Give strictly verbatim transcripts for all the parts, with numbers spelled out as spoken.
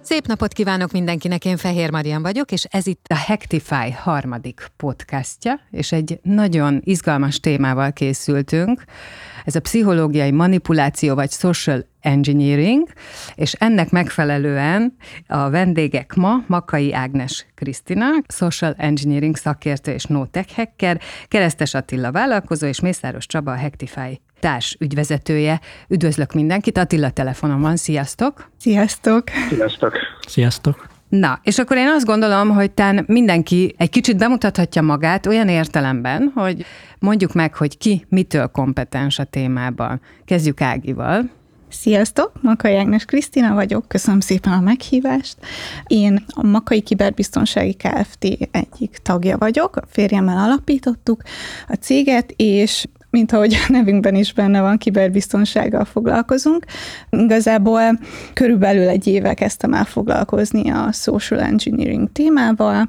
Szép napot kívánok mindenkinek, én Fehér Marian vagyok, és ez itt a Hacktify harmadik podcastja, és egy nagyon izgalmas témával készültünk. Ez a pszichológiai manipuláció, vagy social engineering, és ennek megfelelően a vendégek ma Makkai Ágnes Krisztina, social engineering szakértő és no-tech hacker, Keresztes Attila vállalkozó, és Mészáros Csaba, a Hacktify társ ügyvezetője. Üdvözlök mindenkit, Attila telefonon van, sziasztok! Sziasztok! Sziasztok! Sziasztok! Na, és akkor én azt gondolom, hogy tán mindenki egy kicsit bemutathatja magát olyan értelemben, hogy mondjuk meg, hogy ki mitől kompetens a témában. Kezdjük Ágival. Sziasztok! Makkai Ágnes Krisztina vagyok, köszönöm szépen a meghívást. Én a Makkai Kiberbiztonsági Kft. Egyik tagja vagyok, a férjemmel alapítottuk a céget, és mint ahogy a nevünkben is benne van, kiberbiztonsággal foglalkozunk. Igazából körülbelül egy éve kezdtem el foglalkozni a social engineering témával,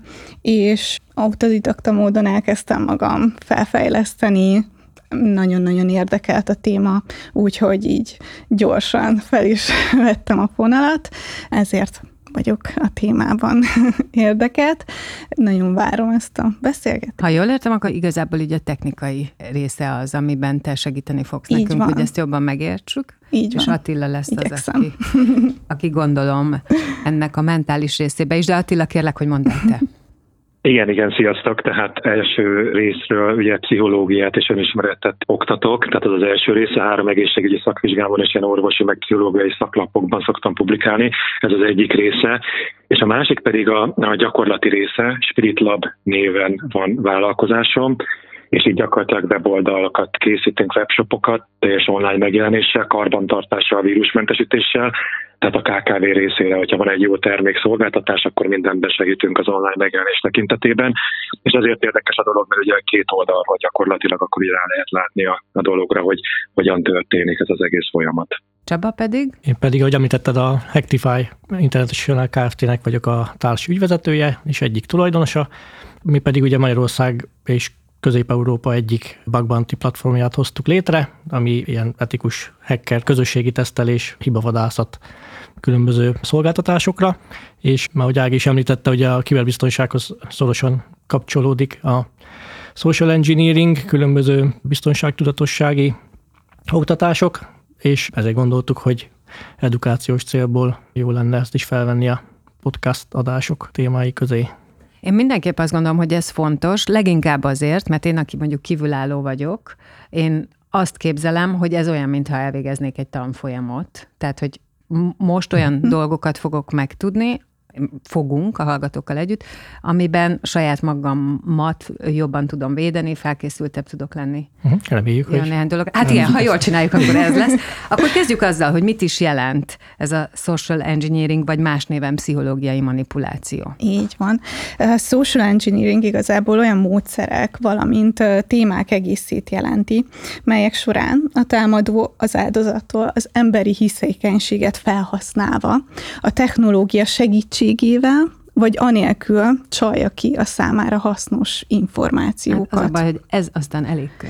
és autodidakta módon elkezdtem magam felfejleszteni, nagyon-nagyon érdekelt a téma, úgyhogy így gyorsan fel is vettem a fonalat, ezért vagyok a témában érdekelt. Nagyon várom ezt a beszélgetést. Ha jól értem, akkor igazából így a technikai része az, amiben te segíteni fogsz így nekünk, van. Hogy ezt jobban megértsük. Így és van. Attila lesz Igyekszem. az, aki, aki gondolom ennek a mentális részébe is, de Attila, kérlek, hogy mondd el te. Igen, igen, sziasztok. Tehát első részről ugye pszichológiát és önismeretet oktatok, tehát az az első része, három egészségügyi szakvizsgámon és ilyen orvosi meg pszichológiai szaklapokban szoktam publikálni, ez az egyik része. És a másik pedig a, a gyakorlati része, Spirit Lab néven van vállalkozásom, és így gyakorlatilag weboldalakat készítünk, webshopokat, teljes online megjelenéssel, karbantartással, vírusmentesítéssel, tehát a ká ká vé részére, hogyha van egy jó termékszolgáltatás, akkor mindenben segítünk az online megjelenés tekintetében, és azért érdekes a dolog, mert ugye két oldalról gyakorlatilag akkor így rá lehet látni a, a dologra, hogy hogyan történik ez az egész folyamat. Csaba pedig? Én pedig, ahogy említetted, a Hacktify International Kft.-nek vagyok a társ ügyvezetője és egyik tulajdonosa, mi pedig ugye Magyarország és Közép-Európa egyik bug bounty platformját hoztuk létre, ami ilyen etikus hacker közösségi tesztelés, hibavadászat különböző szolgáltatásokra, és már ahogy Ági is említette, hogy a kiberbiztonsághoz szorosan kapcsolódik a social engineering, különböző biztonságtudatossági oktatások, és ezért gondoltuk, hogy edukációs célból jó lenne ezt is felvenni a podcast adások témái közé. Én mindenképp azt gondolom, hogy ez fontos, leginkább azért, mert én, aki mondjuk kívülálló vagyok, én azt képzelem, hogy ez olyan, mintha elvégeznék egy tanfolyamot. Tehát, hogy most olyan mm-hmm. dolgokat fogok megtudni, fogunk a hallgatókkal együtt, amiben saját magamat jobban tudom védeni, felkészültebb tudok lenni. Uh-huh. Reméljük, hogy... néhány dolog. Hát igen, ha jól csináljuk, akkor ez lesz. Akkor kezdjük azzal, hogy mit is jelent ez a social engineering, vagy más néven pszichológiai manipuláció. Így van. A social engineering igazából olyan módszerek, valamint témák egészét jelenti, melyek során a támadó az áldozattól az emberi hiszékenységet felhasználva, a technológia segítségével, vagy anélkül csalja ki a számára hasznos információkat. Hát az a baj, hogy ez aztán elég könnyű.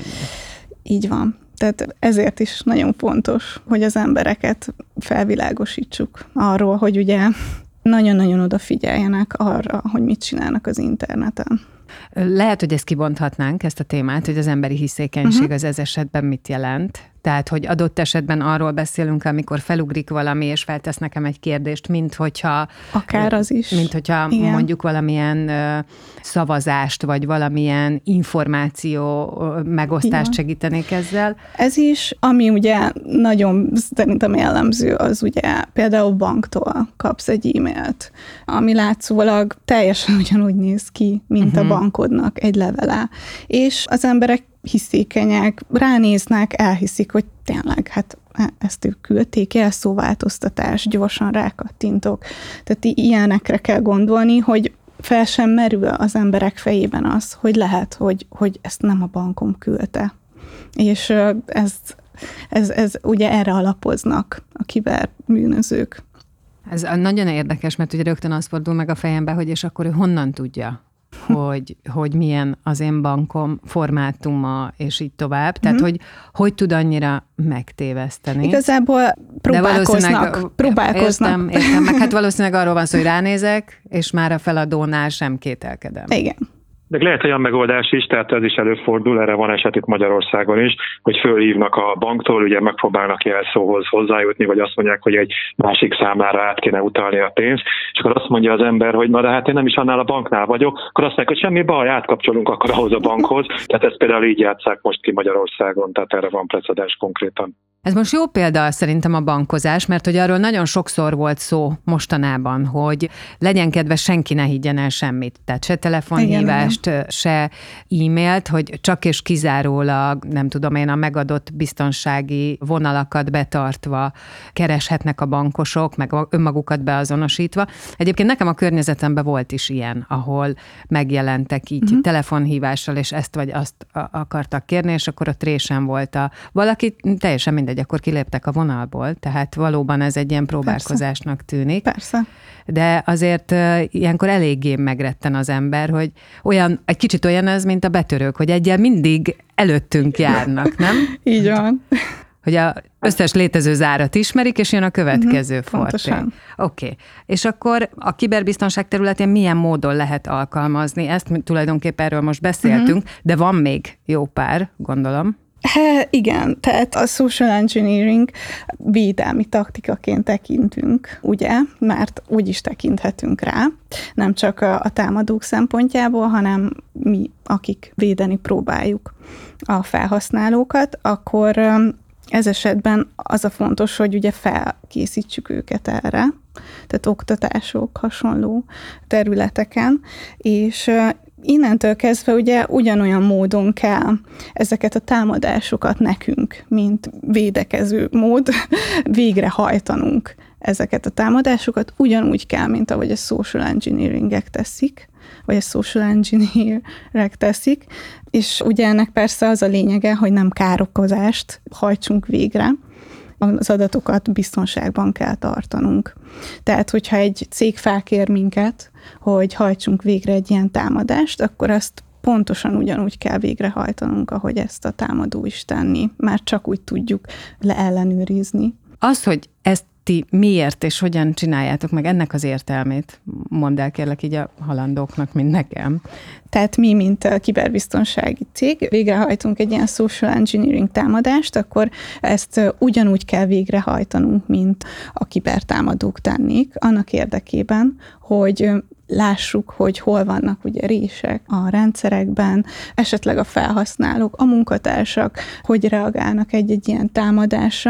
Így van. Tehát ezért is nagyon fontos, hogy az embereket felvilágosítsuk arról, hogy ugye nagyon-nagyon odafigyeljenek arra, hogy mit csinálnak az interneten. Lehet, hogy ezt kibonthatnánk, ezt a témát, hogy az emberi hiszékenység uh-huh. az ez esetben mit jelent. Tehát, hogy adott esetben arról beszélünk, amikor felugrik valami, és feltesz nekem egy kérdést, mint hogyha... Akár az is. Mint hogyha igen. mondjuk valamilyen szavazást, vagy valamilyen információ megosztást igen. segítenék ezzel. Ez is, ami ugye nagyon szerintem jellemző, az ugye például banktól kapsz egy e-mailt, ami látszólag teljesen ugyanúgy néz ki, mint uh-huh. a bankodnak egy levele. És az emberek hiszékenyek, ránéznek, elhiszik, hogy tényleg, hát ezt ők küldték, jelszóváltoztatás, gyorsan rákattintok. Tehát ilyenekre kell gondolni, hogy fel sem merül az emberek fejében az, hogy lehet, hogy, hogy ezt nem a bankom küldte. És ez, ez, ez ugye erre alapoznak a kiberbűnözők. Ez nagyon érdekes, mert ugye rögtön az fordul meg a fejembe, hogy és akkor ő honnan tudja, hogy, hogy milyen az én bankom formátuma, és így tovább. Tehát, uh-huh. hogy hogy tud annyira megtéveszteni. Igazából próbálkoznak. próbálkoznak. Értem, értem. Meg hát valószínűleg arról van szó, hogy ránézek, és már a feladónál sem kételkedem. Igen. De lehet olyan megoldás is, tehát ez is előfordul, erre van eset itt Magyarországon is, hogy fölhívnak a banktól, ugye megpróbálnak jelszóhoz hozzájutni, vagy azt mondják, hogy egy másik számlára át kéne utalni a pénzt, és akkor azt mondja az ember, hogy na de hát én nem is annál a banknál vagyok, akkor azt mondják, hogy semmi baj, átkapcsolunk akkor ahhoz a bankhoz. Tehát ezt például így játsszák most ki Magyarországon, tehát erre van precedens konkrétan. Ez most jó példa szerintem a bankozás, mert hogy arról nagyon sokszor volt szó mostanában, hogy legyen kedves, senki ne higgyen el semmit. Tehát se telefonhívást, igen, se e-mailt, hogy csak és kizárólag, nem tudom én, a megadott biztonsági vonalakat betartva kereshetnek a bankosok, meg önmagukat beazonosítva. Egyébként nekem a környezetemben volt is ilyen, ahol megjelentek így uh-huh. telefonhívással, és ezt vagy azt akartak kérni, és akkor ott résen volt a valaki, teljesen mindegy, akkor kiléptek a vonalból, tehát valóban ez egy ilyen próbálkozásnak tűnik. Persze. De azért uh, ilyenkor eléggé megretten az ember, hogy olyan, egy kicsit olyan ez, mint a betörők, hogy egyel mindig előttünk járnak, nem? Így van. Hogy az összes létező zárat ismerik, és jön a következő uh-huh, forté. Oké. Okay. És akkor a kiberbiztonság területén milyen módon lehet alkalmazni? Ezt tulajdonképpen erről most beszéltünk, uh-huh. de van még jó pár, gondolom. Há, igen, tehát a social engineering védelmi taktikaként tekintünk, ugye, mert úgy is tekinthetünk rá, nem csak a, a támadók szempontjából, hanem mi, akik védeni próbáljuk a felhasználókat, akkor ez esetben az a fontos, hogy ugye felkészítsük őket erre, tehát oktatások, hasonló területeken, és innentől kezdve ugye ugyanolyan módon kell ezeket a támadásokat nekünk, mint védekező mód végrehajtanunk ezeket a támadásokat, ugyanúgy kell, mint ahogy a social engineeringek teszik, vagy a social engineerek teszik, és ugye ennek persze az a lényege, hogy nem károkozást hajtsunk végre, az adatokat biztonságban kell tartanunk. Tehát, hogyha egy cég felkér minket, hogy hajtsunk végre egy ilyen támadást, akkor azt pontosan ugyanúgy kell végrehajtanunk, ahogy ezt a támadó is tenni. Már csak úgy tudjuk leellenőrizni. Az, hogy ezt ti miért és hogyan csináljátok meg, ennek az értelmét mondd el kérlek így a halandóknak, mint nekem. Tehát mi, mint a kiberbiztonsági cég, végrehajtunk egy ilyen social engineering támadást, akkor ezt ugyanúgy kell végrehajtanunk, mint a kibertámadók tennék, annak érdekében, hogy lássuk, hogy hol vannak ugye rések a rendszerekben, esetleg a felhasználók, a munkatársak, hogy reagálnak egy-egy ilyen támadásra,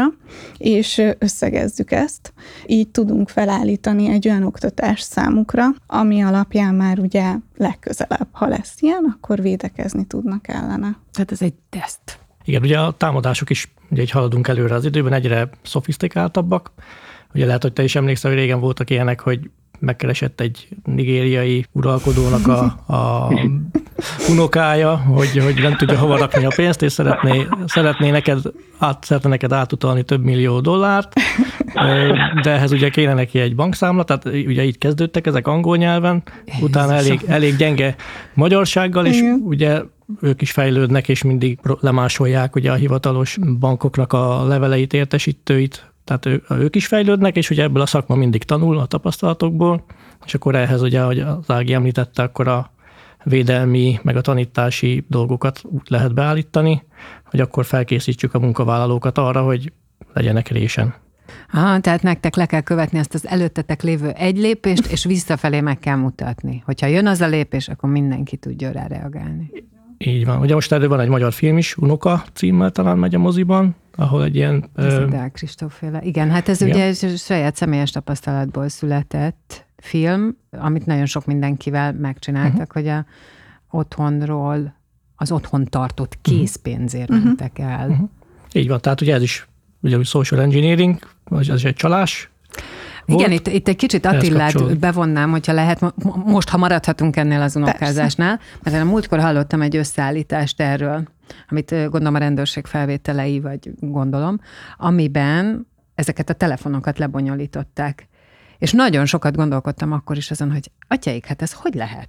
és összegezzük ezt. Így tudunk felállítani egy olyan oktatást számukra, ami alapján már ugye legközelebb, ha lesz ilyen, akkor védekezni tudnak ellene. Tehát ez egy teszt. Igen, ugye a támadások is, ugye így haladunk előre az időben, egyre szofisztikáltabbak. Ugye lehet, hogy te is emlékszel, hogy régen voltak ilyenek, hogy megkeresett egy nigériai uralkodónak a, a unokája, hogy, hogy nem tudja hova rakni a pénzt, és szeretné, szeretné neked, át, szeretné neked átutalni több millió dollárt, de ehhez ugye kéne neki egy bankszámla, tehát ugye így kezdődtek ezek angol nyelven, utána elég, elég gyenge magyarsággal, és ugye ők is fejlődnek, és mindig lemásolják ugye a hivatalos bankoknak a leveleit, értesítőit, tehát ő, ők is fejlődnek, és ugye ebből a szakma mindig tanul a tapasztalatokból, és akkor ehhez ugye, ahogy az Ági említette, akkor a védelmi, meg a tanítási dolgokat úgy lehet beállítani, hogy akkor felkészítsük a munkavállalókat arra, hogy legyenek résen. Aha, tehát nektek le kell követni ezt az előttetek lévő egy lépést, és visszafelé meg kell mutatni. Hogyha jön az a lépés, akkor mindenki tudja rá reagálni. Így van. Ugye most erről van egy magyar film is, Unoka címmel talán megy a moziban, ahol egy ilyen... Ez ö... Deák Kristófféle. Igen, hát ez igen. Ugye egy saját személyes tapasztalatból született film, amit nagyon sok mindenkivel megcsináltak, uh-huh. hogy a otthonról, az otthon tartott készpénzért uh-huh. mentek el. Uh-huh. Így van, tehát ugye ez is ugye social engineering, vagy ez is egy csalás. Volt. Igen, itt, itt egy kicsit Attillát bevonnám, hogyha lehet, most, ha maradhatunk ennél az unokázásnál, mert én a múltkor hallottam egy összeállítást erről, amit gondolom a rendőrség felvételei, vagy gondolom, amiben ezeket a telefonokat lebonyolították. És nagyon sokat gondolkodtam akkor is azon, hogy atyaik, hát ez hogy lehet?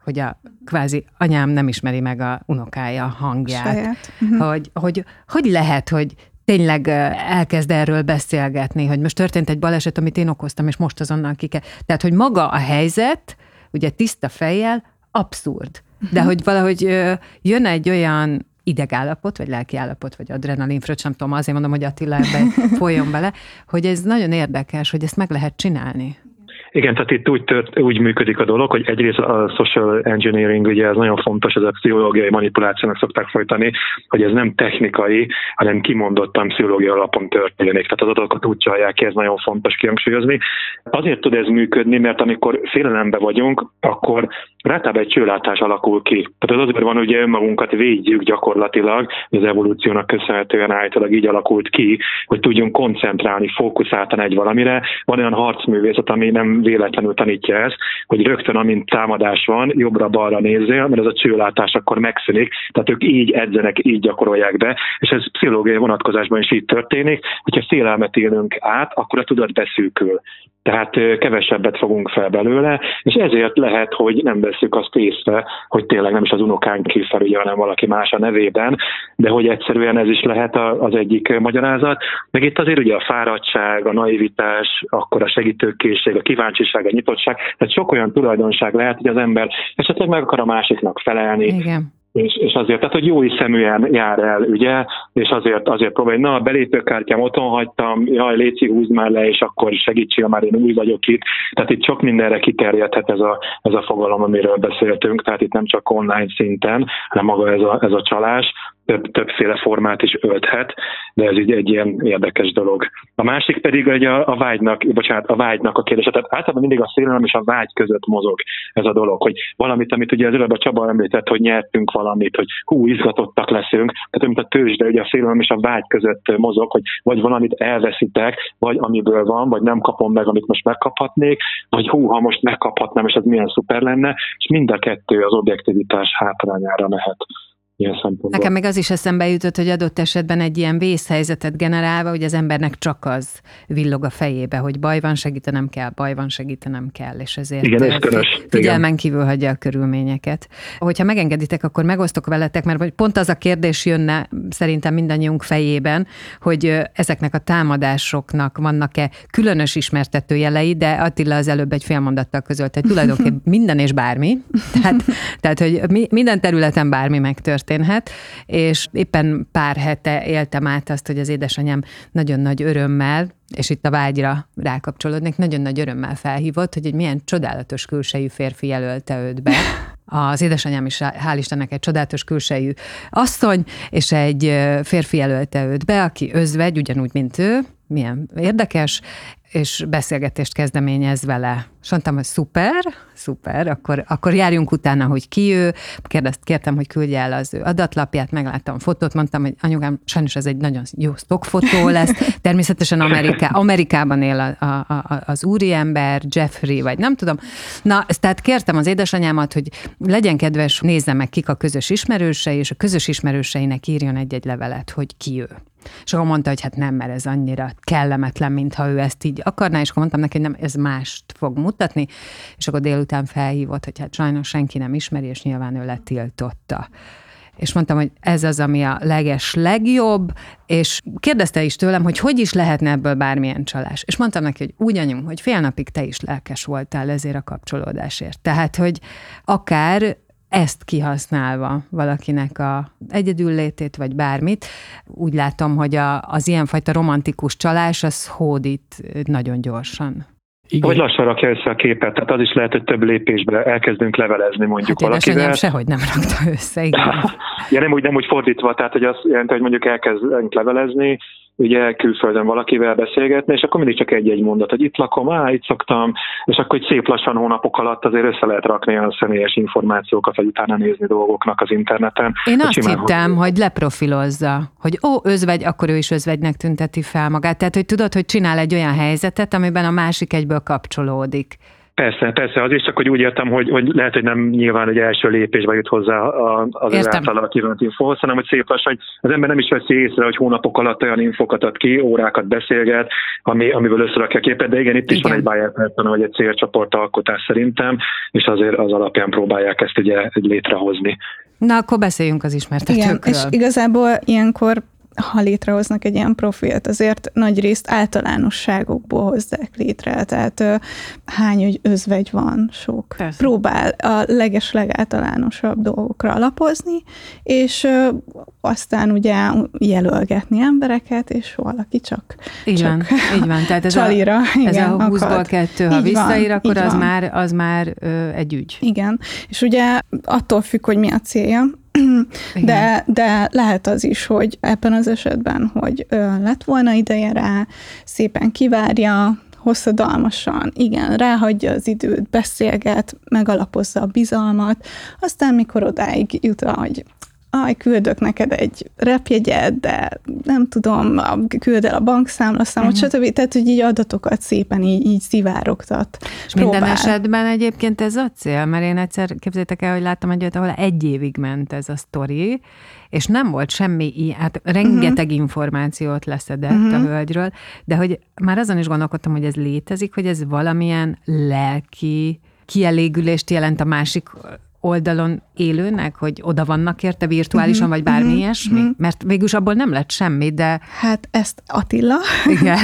hogy a kvázi anyám nem ismeri meg a unokája hangját. Saját. Uh-huh. Hogy, hogy hogy lehet, hogy tényleg elkezd erről beszélgetni, hogy most történt egy baleset, amit én okoztam, és most azonnal ki kell. Tehát, hogy maga a helyzet, ugye tiszta fejjel, abszurd. De uh-huh. hogy valahogy jön egy olyan idegállapot, vagy lelkiállapot, vagy adrenalinfröccs, nem tudom, azért mondom, hogy Attila ebben folyjon bele, hogy ez nagyon érdekes, hogy ezt meg lehet csinálni. Igen, tehát itt úgy, tört, úgy működik a dolog, hogy egyrészt a social engineering, ugye ez nagyon fontos, ez a pszichológiai manipulációnak szokták folytani, hogy ez nem technikai, hanem kimondottan pszichológiai alapon történik. Tehát az adatokat úgy csalják ki, ez nagyon fontos kihangsúlyozni. Azért tud ez működni, mert amikor félelembe vagyunk, akkor általában egy csőlátás alakul ki. Tehát az azért van, hogy önmagunkat védjük gyakorlatilag, az evolúciónak köszönhetően általában így alakult ki, hogy tudjunk koncentrálni, fókuszáltan egy valamire. Van olyan harcművészet, ami nem véletlenül tanítja ezt, hogy rögtön, amint támadás van, jobbra-balra nézzél, mert ez a csőlátás akkor megszűnik, tehát ők így edzenek, így gyakorolják be, és ez pszichológiai vonatkozásban is így történik, hogyha félelmet élünk át, akkor a tudat beszűkül. Tehát kevesebbet fogunk fel belőle, és ezért lehet, hogy nem vesszük azt észre, hogy tényleg nem is az unokánk kifelügye, hanem valaki más a nevében, de hogy egyszerűen ez is lehet az egyik magyarázat. Meg itt azért ugye a fáradtság, a naivitás, akkor a segítőkészség, a kíváncsiság, a nyitottság, tehát sok olyan tulajdonság lehet, hogy az ember esetleg meg akar a másiknak felelni. Igen. És, és azért, tehát, hogy jó hiszeműen jár el, ugye, és azért, azért próbálj, na, a belépőkártyám otthon hagytam, jaj, léci, húzd már le, és akkor segítsél, már én új vagyok itt. Tehát itt sok mindenre kiterjedhet ez a, ez a fogalom, amiről beszéltünk, tehát itt nem csak online szinten, hanem maga ez a, ez a csalás, több, többféle formát is ölthet, de ez így egy ilyen érdekes dolog. A másik pedig egy a, a vágynak, bocsánat, a vágynak a kérdése. Tehát általában mindig a félelem és a vágy között mozog ez a dolog, hogy valamit, amit ugye az előbb a Csaba említett, hogy nyertünk valamit, hogy hú, izgatottak leszünk, tehát mint a tőzsde, ugye a félelem és a vágy között mozog, hogy vagy valamit elveszítek, vagy amiből van, vagy nem kapom meg, amit most megkaphatnék, vagy hú, ha most megkaphatnám, és ez milyen szuper lenne, és mind a kettő az objektivitás hátrányára mehet. Nekem még az is eszembe jutott, hogy adott esetben egy ilyen vészhelyzetet generálva, hogy az embernek csak az villog a fejébe, hogy baj van, segítenem kell, baj van, segítenem kell, és ezért igen, ez körös. Figyelmen kívül hagyja a körülményeket. Hogyha megengeditek, akkor megosztok veletek, mert pont az a kérdés jönne szerintem mindannyiunk fejében, hogy ezeknek a támadásoknak vannak-e különös ismertető jelei, de Attila az előbb egy fél mondattal közölt, hogy tulajdonképpen minden és bármi, tehát, tehát hogy minden területen bármi megtört. Történhet, és éppen pár hete éltem át azt, hogy az édesanyám nagyon nagy örömmel, és itt a vágyra rákapcsolódnék, nagyon nagy örömmel felhívott, hogy egy milyen csodálatos külsejű férfi jelölte őt be. Az édesanyám is, hál' Istennek, egy csodálatos külsejű asszony, és egy férfi jelölte őt be, aki özvegy, ugyanúgy, mint ő, milyen érdekes, és beszélgetést kezdeményez vele. És mondtam, hogy szuper, szuper, akkor, akkor járjunk utána, hogy ki ő. Kérdezt, kértem, hogy küldje el az ő adatlapját, megláttam fotót, mondtam, hogy anyukám, sajnos ez egy nagyon jó stockfotó lesz. Természetesen Ameriká, Amerikában él a, a, a, az úriember, Jeffrey, vagy nem tudom. Na, ezt tehát kértem az édesanyámat, hogy legyen kedves, nézze meg, kik a közös ismerősei, és a közös ismerőseinek írjon egy-egy levelet, hogy ki ő. És akkor mondta, hogy hát nem, mert ez annyira kellemetlen, mintha ő ezt így akarná, és akkor mondtam neki, hogy nem, ez mást fog mutatni, és akkor délután felhívott, hogy hát sajnos senki nem ismeri, és nyilván ő letiltotta. És mondtam, hogy ez az, ami a leges legjobb, és kérdezte is tőlem, hogy hogy is lehetne ebből bármilyen csalás. És mondtam neki, hogy úgy anyum, hogy fél napig te is lelkes voltál ezért a kapcsolódásért. Tehát, hogy akár ezt kihasználva valakinek a egyedüllétét, vagy bármit. Úgy látom, hogy a, az ilyenfajta romantikus csalás, az hódít nagyon gyorsan. Igen. Vagy lassan rakja össze a képet, tehát az is lehet, hogy több lépésben elkezdünk levelezni mondjuk hát valakivel. Hát sehogy nem rakta össze, igen. Ja, nem úgy, nem úgy fordítva, tehát hogy azt jelenti, hogy mondjuk elkezdünk levelezni, ugye külföldön valakivel beszélgetni, és akkor mindig csak egy-egy mondat, hogy itt lakom, á, itt szoktam, és akkor egy szép lassan hónapok alatt azért össze lehet rakni olyan személyes információkat, vagy utána nézni dolgoknak az interneten. Én azt hittem, hogy... hogy leprofilozza, hogy ó, özvegy, akkor ő is özvegynek tünteti fel magát. Tehát, hogy tudod, hogy csinál egy olyan helyzetet, amiben a másik egyből kapcsolódik. Persze, persze, az is csak, hogy úgy értem, hogy, hogy lehet, hogy nem nyilván egy első lépésbe jut hozzá az által kívánt infóhoz, hanem hogy szép lassan, hogy az ember nem is veszi észre, hogy hónapok alatt olyan infokat ad ki, órákat beszélget, ami, amiből összerakja a képet, de igen, itt is igen. Van egy buyer persona, vagy egy célcsoport alkotás szerintem, és azért az alapján próbálják ezt ugye létrehozni. Na, akkor beszéljünk az ismertetőkről. Igen, és igazából ilyenkor, ha létrehoznak egy ilyen profilt, azért nagy részt általánosságokból hozzák létre, tehát uh, hány hogy özvegy van, sok. Persze. Próbál a leges legáltalánosabb dolgokra alapozni, és uh, aztán ugye jelölgetni embereket, és valaki csak, így csak van, így van. Tehát ez csalira. A, igen, ez a húszból kettő, ha visszaír, akkor az van. már, az már ö, egy ügy. Igen, és ugye attól függ, hogy mi a célja, De, de lehet az is, hogy ebben az esetben, hogy ö, lett volna ideje rá, szépen kivárja, hosszadalmasan, igen, ráhagyja az időt, beszélget, megalapozza a bizalmat, aztán mikor odáig jut, hogy aj, küldök neked egy repjegyet, de nem tudom, küld el a bankszámlaszámot, uh-huh. stb. Tehát, hogy így adatokat szépen így, így szivárogtat. És próbál. Minden esetben egyébként ez a cél, mert én egyszer képzeljétek el, hogy láttam egy olyat, ahol egy évig ment ez a sztori, és nem volt semmi, hát rengeteg uh-huh. információt leszedett uh-huh. a hölgyről, de hogy már azon is gondolkodtam, hogy ez létezik, hogy ez valamilyen lelki kielégülést jelent a másik oldalon élőnek, hogy oda vannak érte virtuálisan, uh-huh, vagy bármi uh-huh, ilyesmi? Uh-huh. Mert végülis abból nem lett semmi, de... Hát ezt Attila. Igen.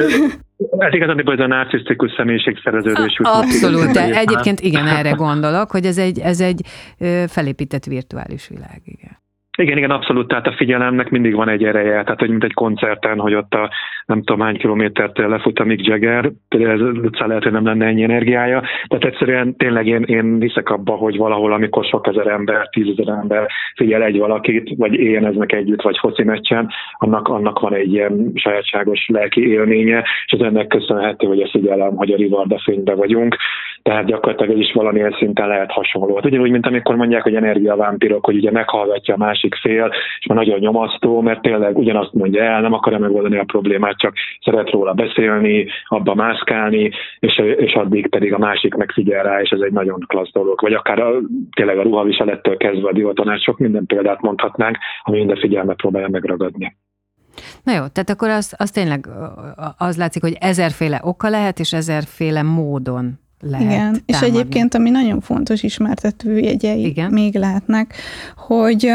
Hát igazán, hogy ez a narcisztikus személyiségszerveződés. Abszolút, de egyébként igen, erre gondolok, hogy ez egy, ez egy felépített virtuális világ, igen. Igen, igen, abszolút, tehát a figyelemnek mindig van egy ereje, tehát hogy mint egy koncerten, hogy ott a nem tudom hány kilométert lefut a Mick Jagger, ez lehet, hogy nem lenne ennyi energiája, tehát egyszerűen tényleg én, én hiszek abba, hogy valahol, amikor sok ezer ember, tízezer ember figyel egy valakit, vagy élveznek együtt, vagy foci meccsen, annak, annak van egy ilyen sajátságos lelki élménye, és ez ennek köszönhető, hogy a figyelem, hogy a rivalda fényben vagyunk, tehát gyakorlatilag ez is valamilyen szinten lehet hasonló. Ugyanúgy, mint amikor mondják, hogy energiavámpirok, hogy ugye meghallgatja a másik fél, és már nagyon nyomasztó, mert tényleg ugyanazt mondja el, nem akarja megoldani a problémát, csak szeret róla beszélni, abba mászkálni, és, és addig pedig a másik megfigyel rá, és ez egy nagyon klassz dolog. Vagy akár a, tényleg a ruhaviselettől kezdve a divatonát, sok minden példát mondhatnánk, ami minden figyelmet próbálja megragadni. Na jó, tehát akkor az, az tényleg az látszik, hogy ezerféle oka lehet, és ezerféle módon lehet igen, támadni. És egyébként, ami nagyon fontos ismertetőjegyei igen. még lehetnek, hogy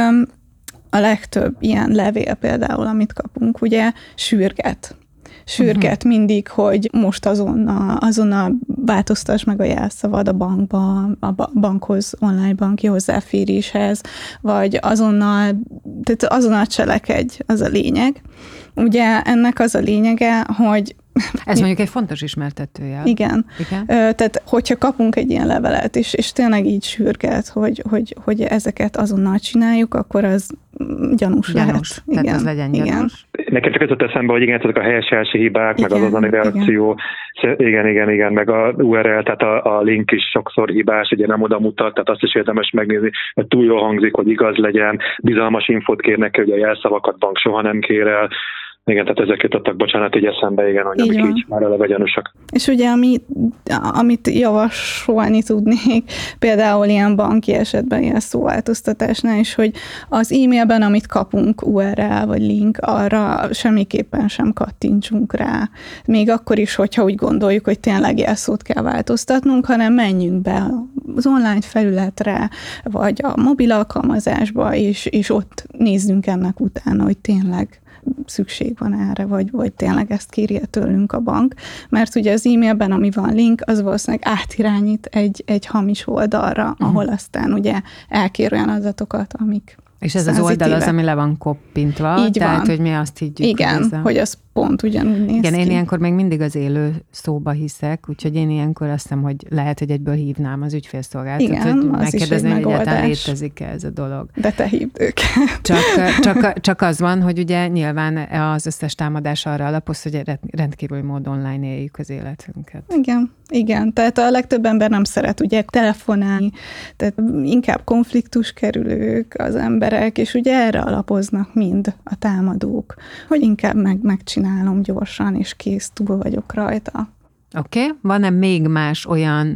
a legtöbb ilyen levél például, amit kapunk, ugye sürget. Sürget uh-huh. mindig, hogy most azonnal, azonnal változtass meg a jelszavad a bankba, a bankhoz, online banki hozzáféréshez, vagy azonnal, tehát azonnal cselekedj, az a lényeg. Ugye ennek az a lényege, hogy ez mondjuk egy fontos ismertetőjel. Igen. Igen. Tehát, hogyha kapunk egy ilyen levelet, és, és tényleg így sürget, hogy, hogy, hogy ezeket azonnal csináljuk, akkor az gyanús, gyanús. lehet. Tehát igen. az legyen gyanús. Nekem csak ez jut eszembe, hogy igen, ezek a helyeselsi hibák, igen, meg az azonnali reakció, igen. igen, igen, igen, meg a u er el, tehát a, a link is sokszor hibás, ugye nem oda mutat, tehát azt is érdemes megnézni, hogy túl jól hangzik, hogy igaz legyen, bizalmas infót kérnek, hogy a jelszavakat bank soha nem kér el. Igen, tehát ezek jutottak, bocsánat, így eszembe, igen, hogy így amik van. Így már eleve gyanúsak. És ugye, ami, amit javasolni tudnék, például ilyen banki esetben, ilyen szóváltoztatásnál is, hogy az e-mailben, amit kapunk, u er el vagy link, arra semmiképpen sem kattintsunk rá. Még akkor is, hogyha úgy gondoljuk, hogy tényleg jelszót kell változtatnunk, hanem menjünk be az online felületre, vagy a mobil alkalmazásba, és, és ott nézzünk ennek utána, hogy tényleg szükség van erre, vagy, vagy tényleg ezt kérje tőlünk a bank, mert ugye az e-mailben, ami van link, az valószínűleg átirányít egy, egy hamis oldalra, uh-huh. ahol aztán ugye elkér olyan adatokat, amik és ez az oldal az, ami le van koppintva, így tehát, van. hogy mi azt higgyük. Igen, hogy, hogy az pont ugyanúgy néz igen, ki. én ilyenkor még mindig az élő szóba hiszek, úgyhogy én ilyenkor azt hiszem, hogy lehet, hogy egyből hívnám az ügyfélszolgáltatót, igen, hogy az megkérdezni, hogy egyáltalán létezik-e ez a dolog. De te hívd őket. Csak, csak, csak az van, hogy ugye nyilván az összes támadás arra alapoz, hogy rendkívüli módon online éljük az életünket. Igen, igen. Tehát a legtöbb ember nem szeret ugye telefonálni, tehát inkább konfliktus kerülők az emberek, és ugye erre alapoznak mind a támadók, hogy inkább meg, megcsinálom gyorsan, és kész, túl vagyok rajta. Oké, okay. Van-e még más olyan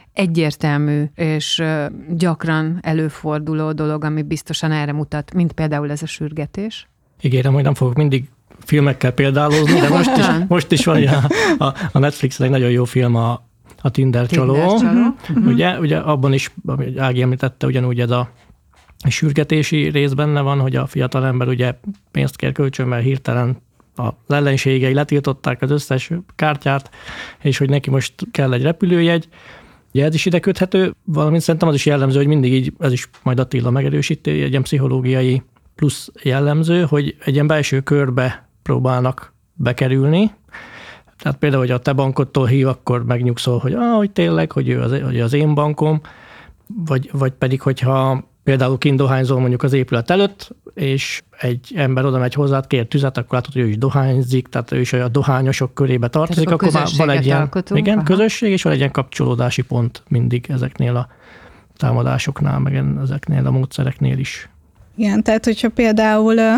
egyértelmű és gyakran előforduló dolog, ami biztosan erre mutat, mint például ez a sürgetés. Ígérem, hogy nem fogok mindig filmekkel példálozni, de most is, most is van a, a Netflixen egy nagyon jó film, a, a Tinder csaló. Tinder csaló. Uh-huh. Ugye, ugye abban is, ahogy Ági említette, ugyanúgy ez a sürgetési rész benne van, hogy a fiatalember ugye pénzt kér kölcsönben, hirtelen az ellenségei letiltották az összes kártyát, és hogy neki most kell egy repülőjegy. Ugye ez is ide köthető, valamint szerintem az is jellemző, hogy mindig így, ez is majd Attila megerősíti, egy ilyen pszichológiai plusz jellemző, hogy egy ilyen belső körbe próbálnak bekerülni. Tehát például, hogy a te bankodtól hív, akkor megnyugszol, hogy, ah, hogy tényleg, hogy ő az, hogy az én bankom, vagy, vagy pedig, hogyha például kint dohányzol mondjuk az épület előtt, és egy ember oda megy hozzád, kér tüzet, akkor látod, hogy ő is dohányzik, tehát ő is a dohányosok körébe tartozik, tehát akkor már van egy ilyen alkotunk, igen, aha. közösség, és van egy ilyen kapcsolódási pont mindig ezeknél a támadásoknál, meg ezeknél a módszereknél is. Igen, tehát hogyha például ö,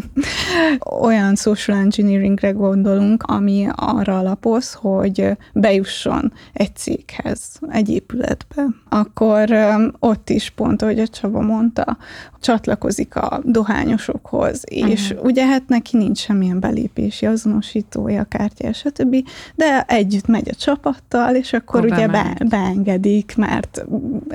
olyan social engineeringre gondolunk, ami arra alapoz, hogy bejusson egy céghez, egy épületbe, akkor ö, ott is pont, ahogy a Csaba mondta, csatlakozik a dohányosokhoz, és uh-huh. ugye hát neki nincs semmilyen belépési azonosítója, kártya, stb., de együtt megy a csapattal, és akkor Hol ugye be, beengedik, mert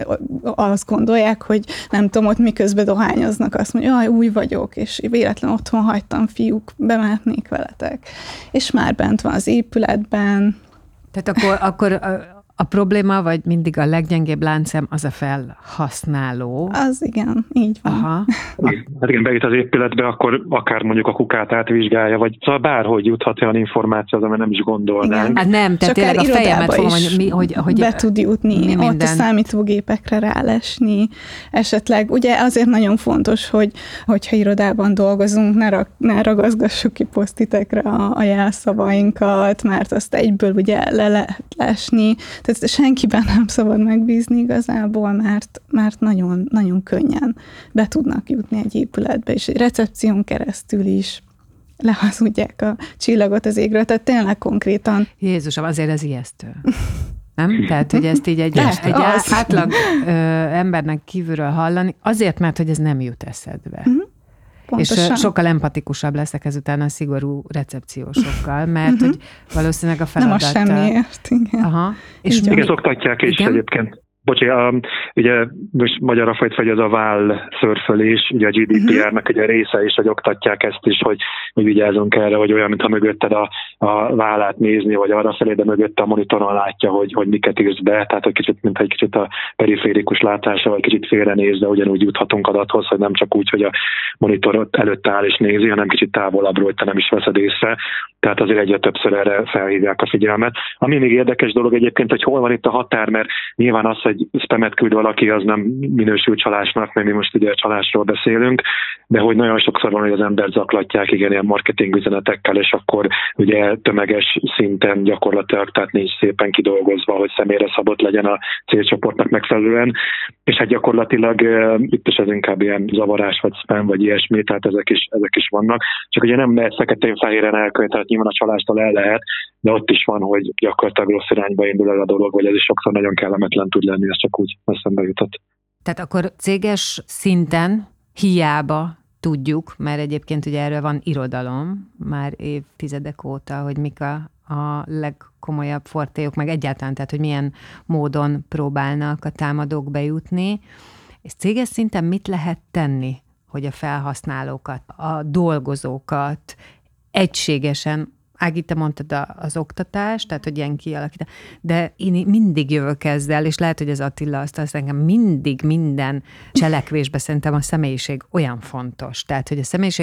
azt gondolják, hogy nem tudom, ott miközben dohányoznak, azt mondja, jaj, új vagyok, és véletlen otthon hagytam, fiúk, bemehetnék veletek. És már bent van az épületben. Tehát akkor, akkor a, a probléma, vagy mindig a leggyengébb láncszem az a felhasználó. Az igen, így van. Aha. Hát igen, bejut az épületbe, akkor akár mondjuk a kukát átvizsgálja, vagy szóval bárhogy juthat olyan információ, amire nem is gondolnánk. Hát nem, tehát tényleg a fejemet fogom, hogy, mi, hogy, hogy be tud jutni, ott a számítógépekre rálesni, esetleg. Ugye azért nagyon fontos, hogy hogyha irodában dolgozunk, ne, rak, ne ragaszgassuk ki posztitekre a, a jelszavainkat, mert azt egyből ugye le lehet lesni. Tehát senkiben nem szabad megbízni igazából, mert, mert nagyon, nagyon könnyen be tudnak jutni egy épületbe, és egy recepción keresztül is lehazudják a csillagot az égről, tehát tényleg konkrétan. Jézusom, azért ez ijesztő. Nem? Tehát, hogy ezt így egy, egy átlag ö, embernek kívülről hallani, azért, mert hogy ez nem jut eszedbe. Uh-huh. Pontosan. És sokkal empatikusabb leszek ezután a szigorú recepciósokkal, mert uh-huh. hogy valószínűleg a feladat... Nem a semmiért, igen. Aha. És igen, szoktatják is igen? egyébként. Bocsi, a, ugye most magyarra folyt vagy az a váll szörfölés, ugye a gé dé pé er-nek ugye a része is, hogy oktatják ezt is, hogy, hogy vigyázzunk erre, hogy olyan, mintha mögötted a, a vállát nézni, vagy arra felé, de mögötte a monitoron látja, hogy, hogy miket írsz be, tehát hogy kicsit, mintha egy kicsit a periférikus látása, vagy kicsit félrenéz, de ugyanúgy juthatunk adathoz, hogy nem csak úgy, hogy a monitor előtt áll és nézi, hanem kicsit távolabbról, hogy te nem is veszed észre. Tehát azért egyre többször erre felhívják a figyelmet. Ami még érdekes dolog egyébként, hogy hol van itt a határ, mert nyilván az, hogy spamet küld valaki, az nem minősül csalásnak, mert mi most ugye csalásról beszélünk, de hogy nagyon sokszor van, hogy az embert zaklatják, igen, ilyen marketing üzenetekkel, és akkor ugye tömeges szinten gyakorlatilag, tehát nincs szépen kidolgozva, hogy személyre szabott legyen a célcsoportnak megfelelően, és hát gyakorlatilag itt is ez inkább ilyen zavarás, vagy spam, vagy ilyesmi, tehát ezek is, ezek is vannak. Csak ugye nem lehet feketén-fehéren elkövetni, tehát nyilván a csalástól el lehet, de ott is van, hogy gyakorlatilag rossz irányba indul el a dolog, vagy ez is sokszor nagyon kellemetlen tud lenni, ez csak úgy eszembe jutott. Tehát akkor céges szinten hiába tudjuk, mert egyébként ugye erről van irodalom már évtizedek óta, hogy mik a, a legkomolyabb fortélyok, meg egyáltalán, tehát hogy milyen módon próbálnak a támadók bejutni, és céges szinten mit lehet tenni, hogy a felhasználókat, a dolgozókat egységesen, Ági, te mondtad az oktatás, tehát hogy ilyen kialakítás, de én mindig jövök ezzel, és lehet, hogy ez Attila azt azt engem mindig minden cselekvésbe szerintem a személyiség olyan fontos. Tehát, hogy a személyiség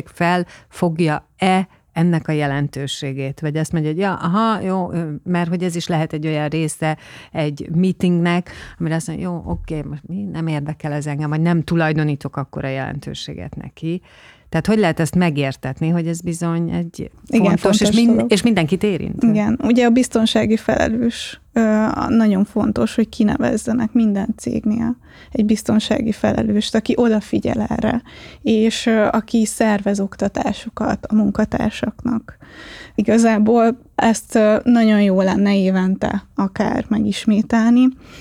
felfogja-e ennek a jelentőségét, vagy azt mondja, hogy ja, aha, jó, mert hogy ez is lehet egy olyan része egy meetingnek, amire azt mondja, jó, oké, most nem érdekel ez engem, vagy nem tulajdonítok akkora jelentőséget neki. Tehát hogy lehet ezt megértetni, hogy ez bizony egy igen, fontos, fontos és, mind, és mindenkit érint? Igen, ugye a biztonsági felelős nagyon fontos, hogy kinevezzenek minden cégnél egy biztonsági felelőst, aki odafigyel erre, és aki szervez oktatásokat a munkatársaknak. Igazából ezt nagyon jó lenne évente akár megismételni,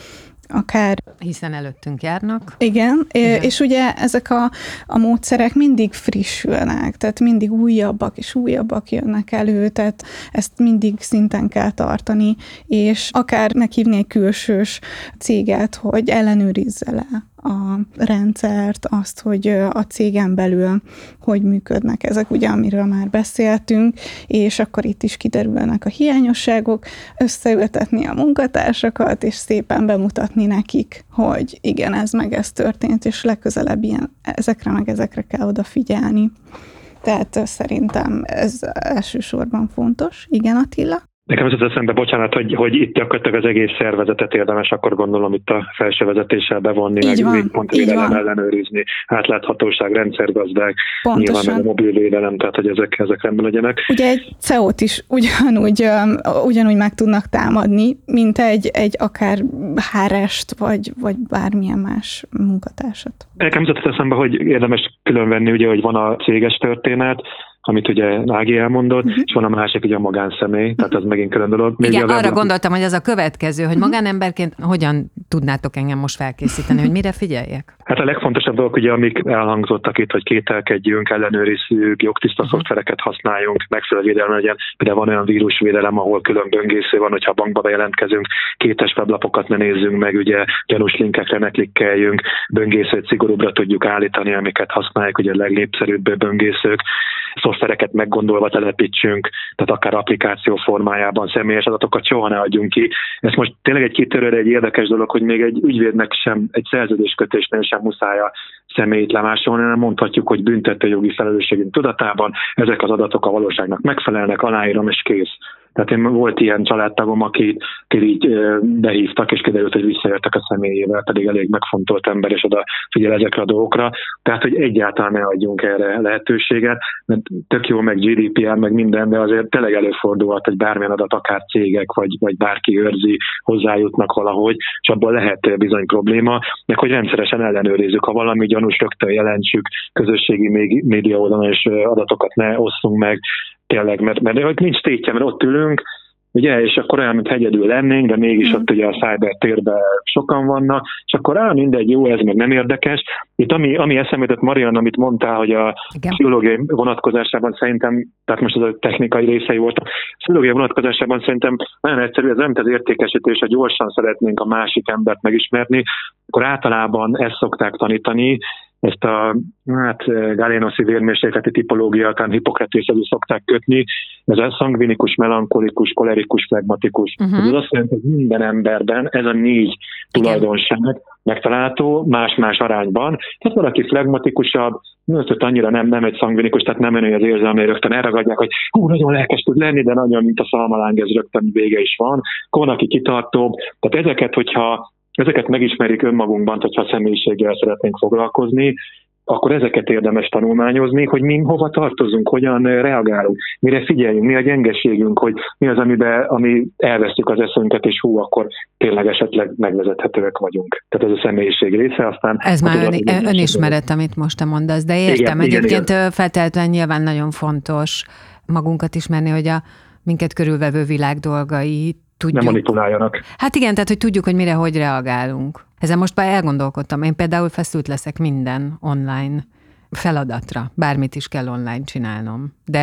akár... Hiszen előttünk járnak. Igen, Igen. és ugye ezek a, a módszerek mindig frissülnek, tehát mindig újabbak és újabbak jönnek elő, tehát ezt mindig szinten kell tartani, és akár meghívni egy külsős céget, hogy ellenőrizze le a rendszert, azt, hogy a cégen belül hogy működnek ezek, ugye, amiről már beszéltünk, és akkor itt is kiderülnek a hiányosságok, összeültetni a munkatársakat, és szépen bemutatni nekik, hogy igen, ez meg ez történt, és legközelebb ilyen, ezekre meg ezekre kell odafigyelni. Tehát szerintem ez elsősorban fontos. Igen, Attila? Nekem az eszembe, bocsánat, hogy, hogy itt gyakorlatilag az egész szervezetet érdemes, akkor gondolom itt a felső vezetéssel bevonni, így meg végpontvédelem ellenőrizni, átláthatóság, rendszergazdák, pontosan. Nyilván meg a mobilvédelem, tehát hogy ezek, ezek rendben legyenek. Ugye egy cé e o-t is ugyanúgy, ugyanúgy meg tudnak támadni, mint egy, egy akár há er est, vagy, vagy bármilyen más munkatársat. Nekem jutott eszembe, hogy érdemes különvenni, ugye, hogy van a céges történet, amit ugye Ági elmondott, uh-huh. és van a másik, ugye a magánszemély, tehát az megint külön dolog. Még igen, arra gondoltam, hogy az a következő, hogy magánemberként hogyan tudnátok engem most felkészíteni, hogy mire figyeljek? Hát a legfontosabb dolgok, ugye, amik elhangzottak itt, hogy kételkedjünk, ellenőrizzük, jogtiszta uh-huh. szoftvereket használjunk, megfelelő védelem legyen. Például van olyan vírusvédelem, ahol külön böngésző van, hogyha a bankba bejelentkezünk, kétes weblapokat ne nézzünk meg, ugye gyanús linkekre ne klikkeljünk, böngészőt szigorúbbra tudjuk állítani, amiket használják, ugye a legnépszerűbb böngészők. Szoftvereket meggondolva telepítsünk, tehát akár applikáció formájában személyes adatokat soha ne adjunk ki. Ez most tényleg egy kitörőre egy érdekes dolog, hogy még egy ügyvédnek sem, egy szerződéskötésnél sem muszáj a személyt lemásolni, hanem mondhatjuk, hogy büntetőjogi felelősségünk tudatában ezek az adatok a valóságnak megfelelnek, aláírom és kész. Tehát én volt ilyen családtagom, aki így behívtak, és kiderült, hogy visszajöttek a személyével, pedig elég megfontolt ember, és oda figyel ezekre a dolgokra. Tehát, hogy egyáltalán ne adjunk erre lehetőséget, mert tök jó, meg gé dé pé er, meg minden, de azért tényleg előfordulhat, hogy bármilyen adat, akár cégek, vagy, vagy bárki őrzi, hozzájutnak valahogy, és abból lehet bizony probléma, meg hogy rendszeresen ellenőrizzük, ha valami gyanús, rögtön jelentsük, közösségi média oldalon, és adatokat ne osszunk meg, tényleg, mert, mert nincs tétje, mert ott ülünk, ugye, és akkor olyan, mint egyedül lennénk, de mégis mm. ott ugye a cyber térben sokan vannak, és akkor á, mindegy, jó, ez meg nem érdekes. Itt ami, ami eszembe jutott, Marianna, amit mondtál, hogy a igen. pszichológiai vonatkozásában szerintem, tehát most az a technikai részei voltak, a pszichológiai vonatkozásában szerintem nagyon egyszerű, ez nem az értékesítés, ha gyorsan szeretnénk a másik embert megismerni, akkor általában ezt szokták tanítani, ezt a hát, galénoszi vérmérsékleti tipológiát, talán Hippokratészhez szokták kötni, ez a szangvinikus, melankolikus, kolerikus, flegmatikus. Uh-huh. Ez azt jelenti, hogy minden emberben ez a négy tulajdonság megtalálható más-más arányban. Tehát valaki flegmatikusabb, most annyira nem, nem egy szangvinikus, tehát nem menő az érzelmé, rögtön elragadják, hogy hú, nagyon lelkes tud lenni, de nagyon, mint a szalmaláng, ez rögtön vége is van. Akkor van, aki kitartóbb. Tehát ezeket, hogyha Ezeket megismerjük önmagunkban, hogyha személyiséggel szeretnénk foglalkozni, akkor ezeket érdemes tanulmányozni, hogy mi hova tartozunk, hogyan reagálunk, mire figyeljünk, mi a gyengeségünk, hogy mi az, amiben, ami elvesztjük az eszünket, és hú, akkor tényleg esetleg megvezethetőek vagyunk. Tehát ez a személyiség része, aztán... Ez már ön, önismeret, amit most te mondasz, de értem. Igen, egyébként igen, feltétlenül nyilván nagyon fontos magunkat ismerni, hogy a minket körülvevő világ dolgait tudjuk. Nem manipuláljanak. Hát igen, tehát hogy tudjuk, hogy mire, hogy reagálunk. Ezen most már elgondolkodtam. Én például feszült leszek minden online feladatra. Bármit is kell online csinálnom. De...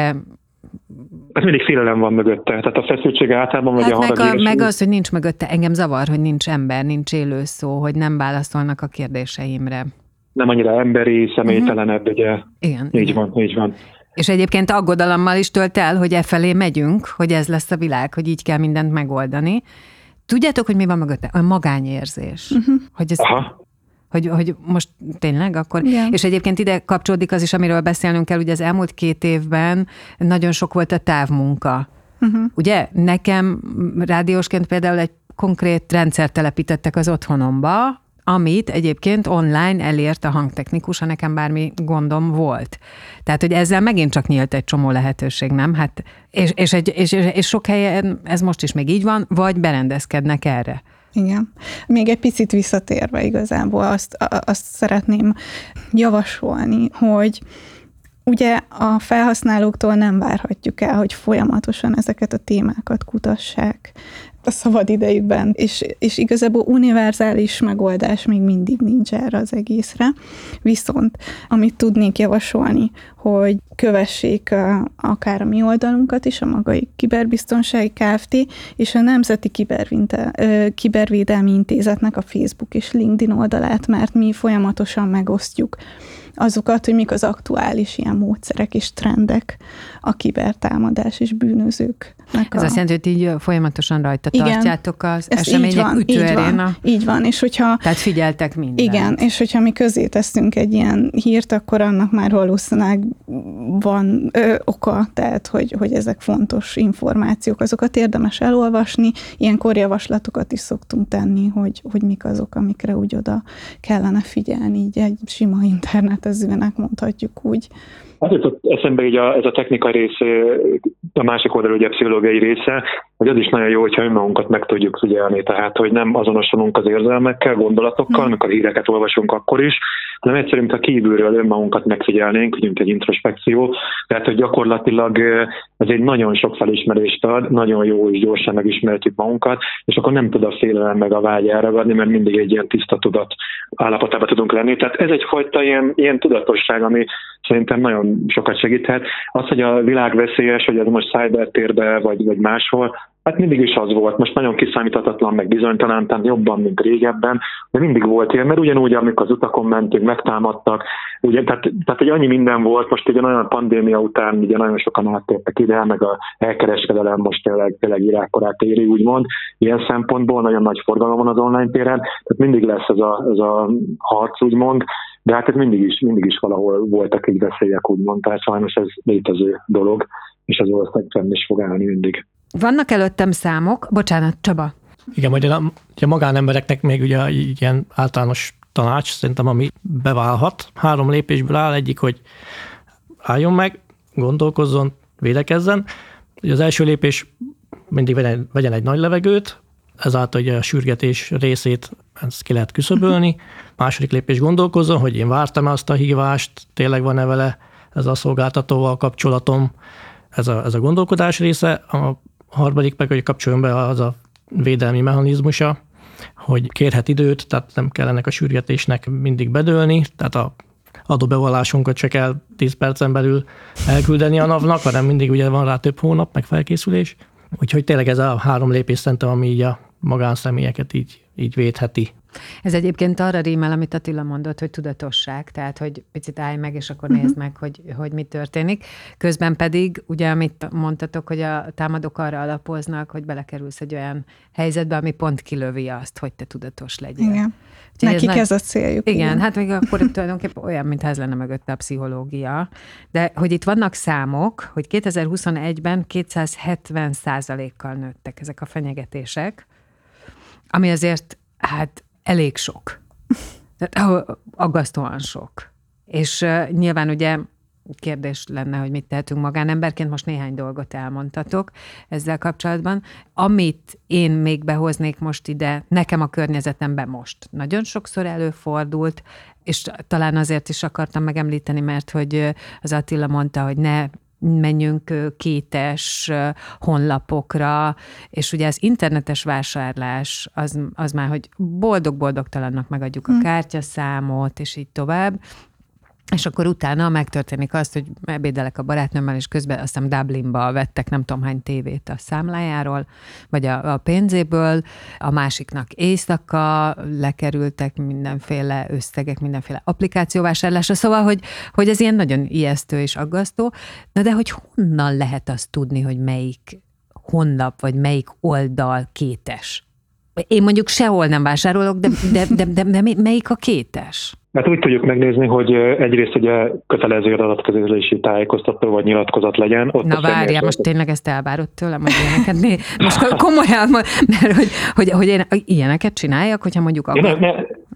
Hát mindig félelem van mögötte. Tehát a feszültség általában... Hát vagy meg, a a, meg az, hogy nincs mögötte. Engem zavar, hogy nincs ember, nincs élő szó, hogy nem válaszolnak a kérdéseimre. Nem annyira emberi, személytelenebb, uh-huh. ugye? Igen. Így igen. van, így van. És egyébként aggodalommal is tölt el, hogy e felé megyünk, hogy ez lesz a világ, hogy így kell mindent megoldani. Tudjátok, hogy mi van mögötte? A magányérzés. Uh-huh. Hogy, ez, hogy, hogy most tényleg akkor... Igen. És egyébként ide kapcsolódik az is, amiről beszélnünk kell, ugye az elmúlt két évben nagyon sok volt a távmunka. Uh-huh. Ugye? Nekem rádiósként például egy konkrét rendszert telepítettek az otthonomba, amit egyébként online elért a hangtechnikus, ha nekem bármi gondom volt. Tehát, hogy ezzel megint csak nyílt egy csomó lehetőség, nem? Hát, és, és, egy, és, és sok helyen ez most is még így van, vagy berendezkednek erre. Igen. Még egy picit visszatérve igazából azt, azt szeretném javasolni, hogy ugye a felhasználóktól nem várhatjuk el, hogy folyamatosan ezeket a témákat kutassák. a szabad idejükben, és, és igazából univerzális megoldás még mindig nincs erre az egészre. Viszont, amit tudnék javasolni, hogy kövessék a, akár a mi oldalunkat is, a Magai Kiberbiztonsági Kft. És a Nemzeti Kibervinte, Kibervédelmi Intézetnek a Facebook és LinkedIn oldalát, mert mi folyamatosan megosztjuk azokat, hogy mik az aktuális ilyen módszerek és trendek a kibertámadás és bűnözők. Ez a... azt jelenti, hogy így folyamatosan rajta igen, tartjátok az események ütőerén. Így van, így van, és hogyha... Tehát figyeltek mindent. Igen, és hogyha mi közé teszünk egy ilyen hírt, akkor annak már valószínűleg van ö, oka, tehát hogy, hogy ezek fontos információk, azokat érdemes elolvasni, ilyenkor javaslatokat is szoktunk tenni, hogy, hogy mik azok, amikre úgy oda kellene figyelni, így egy sima internetezőnek mondhatjuk úgy. Hát jutott eszembe így a, ez a technikai rész, a másik oldalról ugye a pszichológiai része, hogy az is nagyon jó, hogyha önmagunkat meg tudjuk figyelni, tehát hogy nem azonosulunk az érzelmekkel, gondolatokkal, amikor híreket olvasunk akkor is, hanem egyszerűen, ha kívülről önmagunkat megfigyelnénk, mint egy introspekció, tehát hogy gyakorlatilag ez egy nagyon sok felismerést ad, nagyon jó és gyorsan megismertjük magunkat, és akkor nem tud a félelem meg a vágy elragadni, mert mindig egy ilyen tiszta tudat állapotában tudunk lenni. Tehát ez egyfajta ilyen, ilyen tudatosság, ami szerintem nagyon sokat segíthet. Az, hogy a világ veszélyes, hogy ez most cybertérbe vagy, vagy máshol, hát mindig is az volt. Most nagyon kiszámíthatatlan, meg bizonytalan, tehát jobban, mint régebben, de mindig volt ilyen, mert ugyanúgy, amikor az utakon mentünk, megtámadtak, ugye, tehát, tehát egy annyi minden volt, most ugye nagyon pandémia után ugye nagyon sokan áttértek ide, meg a elkereskedelem most tényleg, tényleg virágkorát éri, úgymond. Ilyen szempontból nagyon nagy forgalom van az online téren, tehát mindig lesz ez a, ez a harc, úgymond, de hát ez mindig is, mindig is valahol voltak így veszélyek, úgymond, tehát sajnos ez létező dolog, és az ország fenn is fog állni mindig. Vannak előttem számok, bocsánat, Csaba. Igen, majd a, a magánembereknek még ugye ilyen általános tanács, szerintem ami beválhat. Három lépésből áll, egyik, hogy álljon meg, gondolkozzon, védekezzen. Ugye az első lépés mindig vegyen, vegyen egy nagy levegőt, ezáltal ugye a sürgetés részét ezt ki lehet küszöbölni. Második lépés gondolkozzon, hogy én vártam azt a hívást, tényleg van-e vele ez a szolgáltatóval kapcsolatom, ez a, ez a gondolkodás része. A harmadik meg, hogy kapcsoljon be az a védelmi mechanizmusa, hogy kérhet időt, tehát nem kell ennek a sürgetésnek mindig bedőlni, tehát a adóbevallásunkat se kell tíz percen belül elküldeni a NAV-nak, hanem mindig ugye van rá több hónap, meg felkészülés. Úgyhogy tényleg ez a három lépés szerintem, ami így a magánszemélyeket így, így védheti. Ez egyébként arra rímel, amit Attila mondott, hogy tudatosság, tehát hogy picit állj meg, és akkor uh-huh. nézd meg, hogy, hogy mi történik. Közben pedig, ugye, amit mondtatok, hogy a támadók arra alapoznak, hogy belekerülsz egy olyan helyzetbe, ami pont kilövi azt, hogy te tudatos legyél. Igen. Úgyhogy nekik ez, ez a céljuk. Igen, igen, hát még akkor tulajdonképpen olyan, mintha ez lenne mögötte a pszichológia. De hogy itt vannak számok, hogy kétezer-huszonegyben kétszázhetven százalékkal nőttek ezek a fenyegetések, ami azért, hát elég sok. Tehát aggasztóan sok. És uh, nyilván ugye kérdés lenne, hogy mit tehetünk magánemberként, most néhány dolgot elmondtatok ezzel kapcsolatban. Amit én még behoznék most ide, nekem a környezetemben most nagyon sokszor előfordult, és talán azért is akartam megemlíteni, mert hogy az Attila mondta, hogy ne menjünk kétes honlapokra, és ugye az internetes vásárlás az, az már, hogy boldog-boldogtalannak megadjuk a kártyaszámot, és így tovább, és akkor utána megtörténik azt, hogy ebédelek a barátnőmmel, és közben azt hiszem Dublinba vettek nem tudom hány tévét a számlájáról, vagy a, a pénzéből, a másiknak éjszaka lekerültek mindenféle összegek, mindenféle applikációvásárlásra, szóval, hogy, hogy ez ilyen nagyon ijesztő és aggasztó. Na de hogy honnan lehet azt tudni, hogy melyik honlap, vagy melyik oldal kétes? Én mondjuk sehol nem vásárolok, de, de, de, de, de melyik a kétes? Hát úgy tudjuk megnézni, hogy egyrészt ugye kötelező adatkezelési tájékoztató vagy nyilatkozat legyen. Ott Na várjál, most tényleg ezt elvárod tőlem, hogy ilyeneket né- most komolyan, mert hogy, hogy, hogy én ilyeneket csináljak, hogyha mondjuk... Akar... Ne, ne,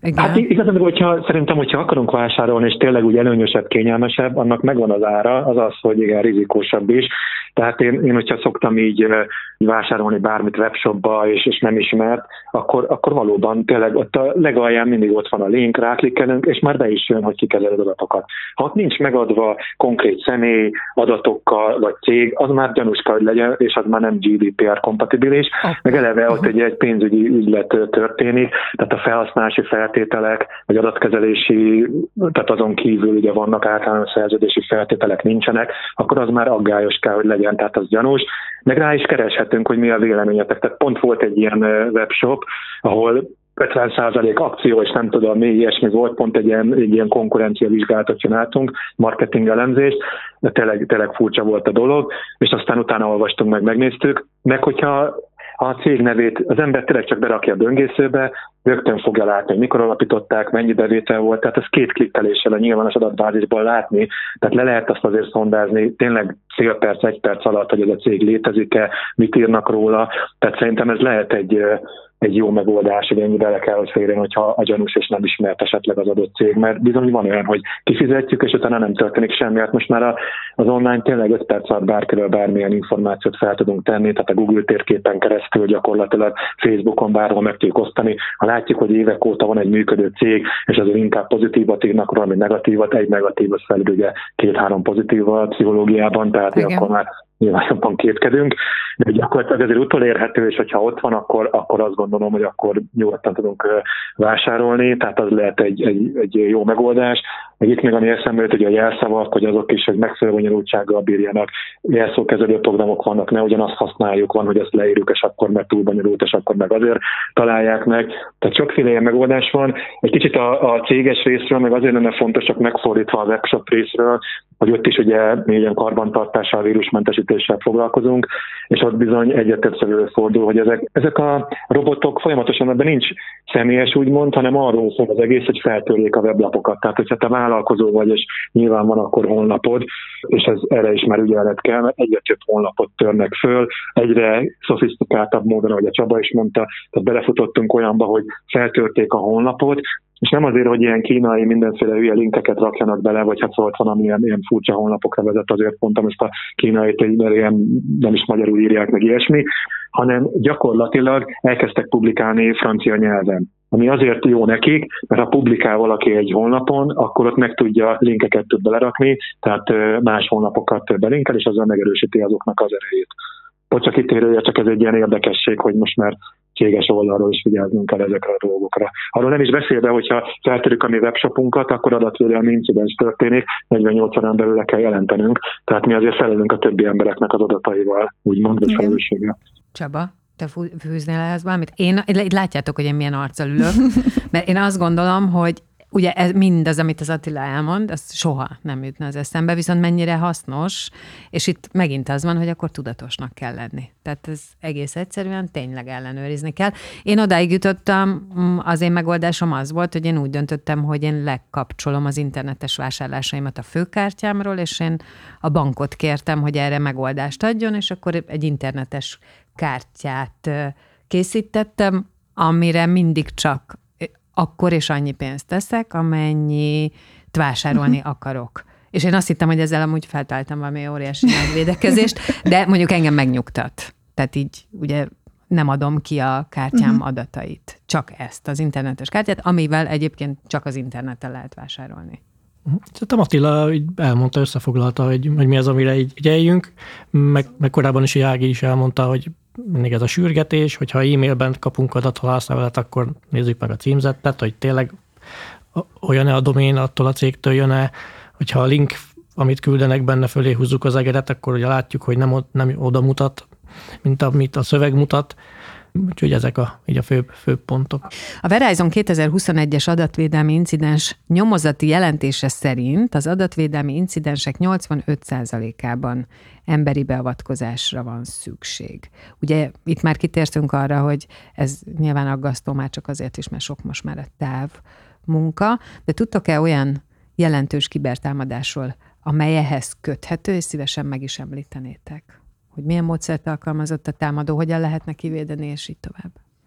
Igen. Hát igazán, hogyha, szerintem, hogyha akarunk vásárolni, és tényleg úgy előnyösebb, kényelmesebb, annak megvan az ára, az az, hogy igen, rizikósabb is. Tehát én, én hogyha szoktam így vásárolni bármit webshopba, és, és nem ismert, akkor, akkor valóban tényleg ott a legalján mindig ott van a link, ráklikkelünk, és már be is jön, hogy kikezeli az adatokat. Ha ott nincs megadva konkrét személy, adatokkal, vagy cég, az már gyanús, hogy legyen, és az már nem gé dé pé er kompatibilis, okay. Meg eleve ott egy, egy pénzügyi ügylet történik, tehát a felhasználási feltételek, vagy adatkezelési, tehát azon kívül ugye vannak általános szerződési feltételek nincsenek, akkor az már aggályos kell, hogy legyen, tehát az gyanús. Meg rá is kereshetünk, hogy mi a véleményetek. Tehát pont volt egy ilyen webshop, ahol ötven százalék akció, és nem tudom, mi ilyesmi volt, pont egy ilyen, egy ilyen konkurencia vizsgálatot csináltunk, marketing elemzést, de tényleg, tényleg furcsa volt a dolog, és aztán utána olvastunk meg, megnéztük, meg hogyha a cég nevét az ember tényleg csak berakja a böngészőbe, rögtön fogja látni, hogy mikor alapították, mennyi bevétel volt, tehát ez két klikkeléssel a nyilvános adatbázisból látni, tehát le lehet azt azért szondázni, tényleg fél perc, egy perc alatt, hogy ez a cég létezik-e, mit írnak róla, tehát szerintem ez lehet egy, egy jó megoldás, hogy ennyi bele kell, hogy férjen, hogyha a gyanús és nem ismert esetleg az adott cég, mert bizony van olyan, hogy kifizetjük, és utána nem történik semmi, hát most már az online tényleg öt perc alatt bárkiről bármilyen információt fel tudunk tenni, tehát a Google térképen keresztül gyakorlatilag Facebookon bárhol meg tudjuk osztani. Ha látjuk, hogy évek óta van egy működő cég, és azért inkább pozitívat írnak, valami negatívat, egy negatívat felül ugye két-három pozitíval pszichológiában, tehát igen. Akkor már nyilván jobban kétkedünk, de gyakorlatilag azért utolérhető, és hogyha ott van, akkor, akkor azt gondolom, hogy akkor nyugodtan tudunk vásárolni, tehát az lehet egy, egy, egy jó megoldás. Meg itt még ami eszembe jut, hogy a jelszavak, hogy azok is egy megfelelő bonyolultsággal bírjanak. Jelszókezelő programok vannak, ne ugyanazt használjuk, van, hogy ezt leírjuk, és akkor meg túl bonyolult, és akkor meg azért találják meg. Tehát sokféle ilyen megoldás van. Egy kicsit a, a céges részről, meg azért lenne fontos, csak megfordítva a webshop részről, hogy ott is ugye mi ilyen karbantartással, vírusmentesítéssel foglalkozunk, és ott bizony egyre többször előfordul, hogy ezek, ezek a robotok folyamatosan ebben nincs személyes úgymond, hanem arról szól az egész, hogy feltörjék a weblapokat. Tehát, hogyha te vállalkozó vagy, és nyilván van akkor honlapod, és ez erre is már ügyelet kell, mert egyre több honlapot törnek föl, egyre szofisztikáltabb módon, ahogy a Csaba is mondta, tehát belefutottunk olyanba, hogy feltörték a honlapot, és nem azért, hogy ilyen kínai mindenféle hülye linkeket rakjanak bele, vagy hát szóval van, amilyen ilyen furcsa honlapokra vezet, azért mondtam ezt a kínait, mert ilyen nem is magyarul írják meg ilyesmi, hanem gyakorlatilag elkezdtek publikálni francia nyelven. Ami azért jó nekik, mert ha publikál valaki egy honlapon, akkor ott meg tudja, linkeket tud belerakni, tehát más honlapokat belinkel, és azzal megerősíti azoknak az erejét. Bocs, a kitérője, csak ez egy ilyen érdekesség, hogy most már céges oldalról is vigyáznunk kell ezekre a dolgokra. Arról nem is beszélve, hogyha feltörjük a mi webshopunkat, akkor adatvédelmi incidens történik, negyvennyolc órán belül le kell jelentenünk, tehát mi azért felelünk a többi embereknek az adataival, úgymond, vagy felelősséggel. Csaba, te fűznél ehhez valamit? Én, látjátok, hogy én milyen arccal ülök, mert én azt gondolom, hogy ugye ez mindaz, amit az Attila elmond, az soha nem jutna az eszembe, viszont mennyire hasznos, és itt megint az van, hogy akkor tudatosnak kell lenni. Tehát ez egész egyszerűen tényleg ellenőrizni kell. Én odáig jutottam, az én megoldásom az volt, hogy én úgy döntöttem, hogy én lekapcsolom az internetes vásárlásaimat a főkártyámról, és én a bankot kértem, hogy erre megoldást adjon, és akkor egy internetes kártyát készítettem, amire mindig csak akkor és annyi pénzt teszek, amennyi vásárolni uh-huh. akarok. És én azt hittem, hogy ezzel amúgy feltaláltam valami óriási megvédekezést, de mondjuk engem megnyugtat. Tehát így ugye nem adom ki a kártyám uh-huh. adatait. Csak ezt, az internetes kártyát, amivel egyébként csak az interneten lehet vásárolni. Szerintem Attila így elmondta, összefoglalta, hogy, hogy mi az, amire így ügyeljünk, meg, meg korábban is Ági is elmondta, hogy mindig ez a sürgetés, hogyha e-mailben kapunk adathalásználát, akkor nézzük meg a címzettet, hogy tényleg olyan-e a domén, attól a cégtől jön-e, hogyha a link, amit küldenek benne, fölé húzzuk az egeret, akkor ugye látjuk, hogy nem, nem oda mutat, mint amit a szöveg mutat. Úgyhogy ezek a, így a főbb, főbb pontok. A Verizon kétezer-huszonegyes adatvédelmi incidens nyomozati jelentése szerint az adatvédelmi incidensek nyolcvanöt százalékában emberi beavatkozásra van szükség. Ugye itt már kitértünk arra, hogy ez nyilván aggasztó már csak azért is, mert sok most már a táv munka, de tudtok-e olyan jelentős kibertámadásról, amely ehhez köthető, és szívesen meg is említenétek? Hogy milyen módszert alkalmazott a támadó, hogyan lehetne kivédeni, és így tovább.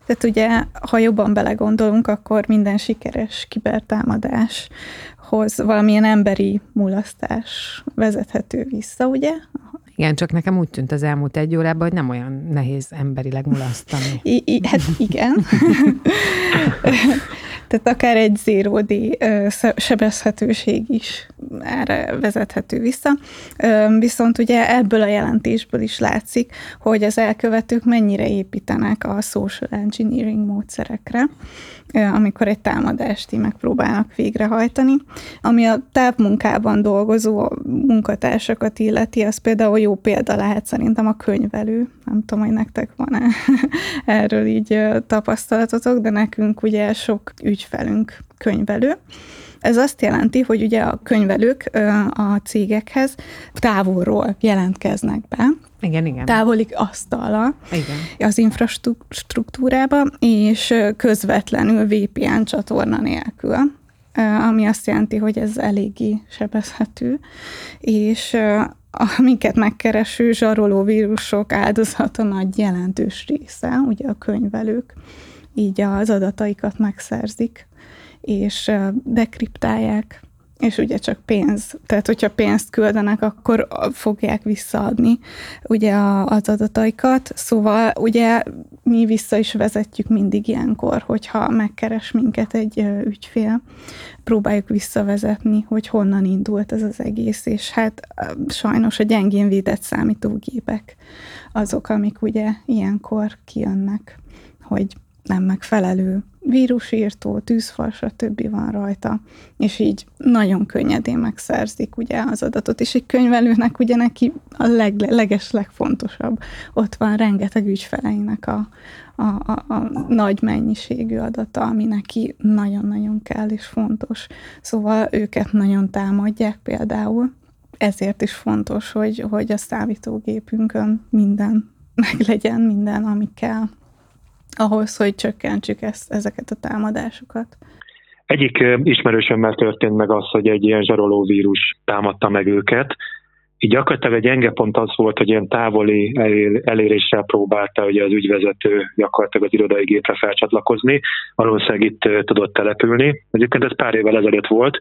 Tehát ugye, ha jobban belegondolunk, akkor minden sikeres kibertámadáshoz valamilyen emberi mulasztás vezethető vissza, ugye? Igen, csak nekem úgy tűnt az elmúlt egy órában, hogy nem olyan nehéz emberileg mulasztani. I- I- hát igen. Tehát akár egy zero D sebezhetőség is erre vezethető vissza. Viszont ugye ebből a jelentésből is látszik, hogy az elkövetők mennyire építenek a social engineering módszerekre, amikor egy támadást így megpróbálnak végrehajtani. Ami a távmunkában dolgozó munkatársakat illeti, az például jó példa lehet szerintem a könyvelő. Nem tudom, hogy nektek van-e erről így tapasztalatotok, de nekünk ugye sok ügyfelünk könyvelő. Ez azt jelenti, hogy ugye a könyvelők a cégekhez távolról jelentkeznek be. Igen, igen. Távolik asztallal igen. az infrastruktúrába, és közvetlenül vé pé en csatorna nélkül, ami azt jelenti, hogy ez eléggé sebezhető, és a minket megkereső zsaroló vírusok áldozata nagy jelentős része, ugye a könyvelők így az adataikat megszerzik, és dekriptálják, és ugye csak pénz, tehát hogyha pénzt küldenek, akkor fogják visszaadni ugye az adataikat. Szóval ugye mi vissza is vezetjük mindig ilyenkor, hogyha megkeres minket egy ügyfél, próbáljuk visszavezetni, hogy honnan indult ez az egész, és hát sajnos a gyengén védett számítógépek azok, amik ugye ilyenkor kijönnek, hogy nem megfelelő vírusírtó, tűzfal, stb. Van rajta, és így nagyon könnyedén megszerzik ugye az adatot, és egy könyvelőnek ugye neki a leg, leges, legfontosabb. Ott van rengeteg ügyfeleinek a, a, a, a nagy mennyiségű adata, ami neki nagyon-nagyon kell és fontos. Szóval őket nagyon támadják például. Ezért is fontos, hogy, hogy a számítógépünkön minden meglegyen, minden, ami kell, ahhoz, hogy csökkentsük ezt, ezeket a támadásokat. Egyik ismerősömmel történt meg az, hogy egy ilyen zsaroló vírus támadta meg őket. Így gyakorlatilag egy gyenge pont az volt, hogy ilyen távoli eléréssel próbálta ugye az ügyvezető gyakorlatilag az irodai gépre felcsatlakozni. Valószínűleg itt tudott települni. Egyébként ez pár évvel ezelőtt volt,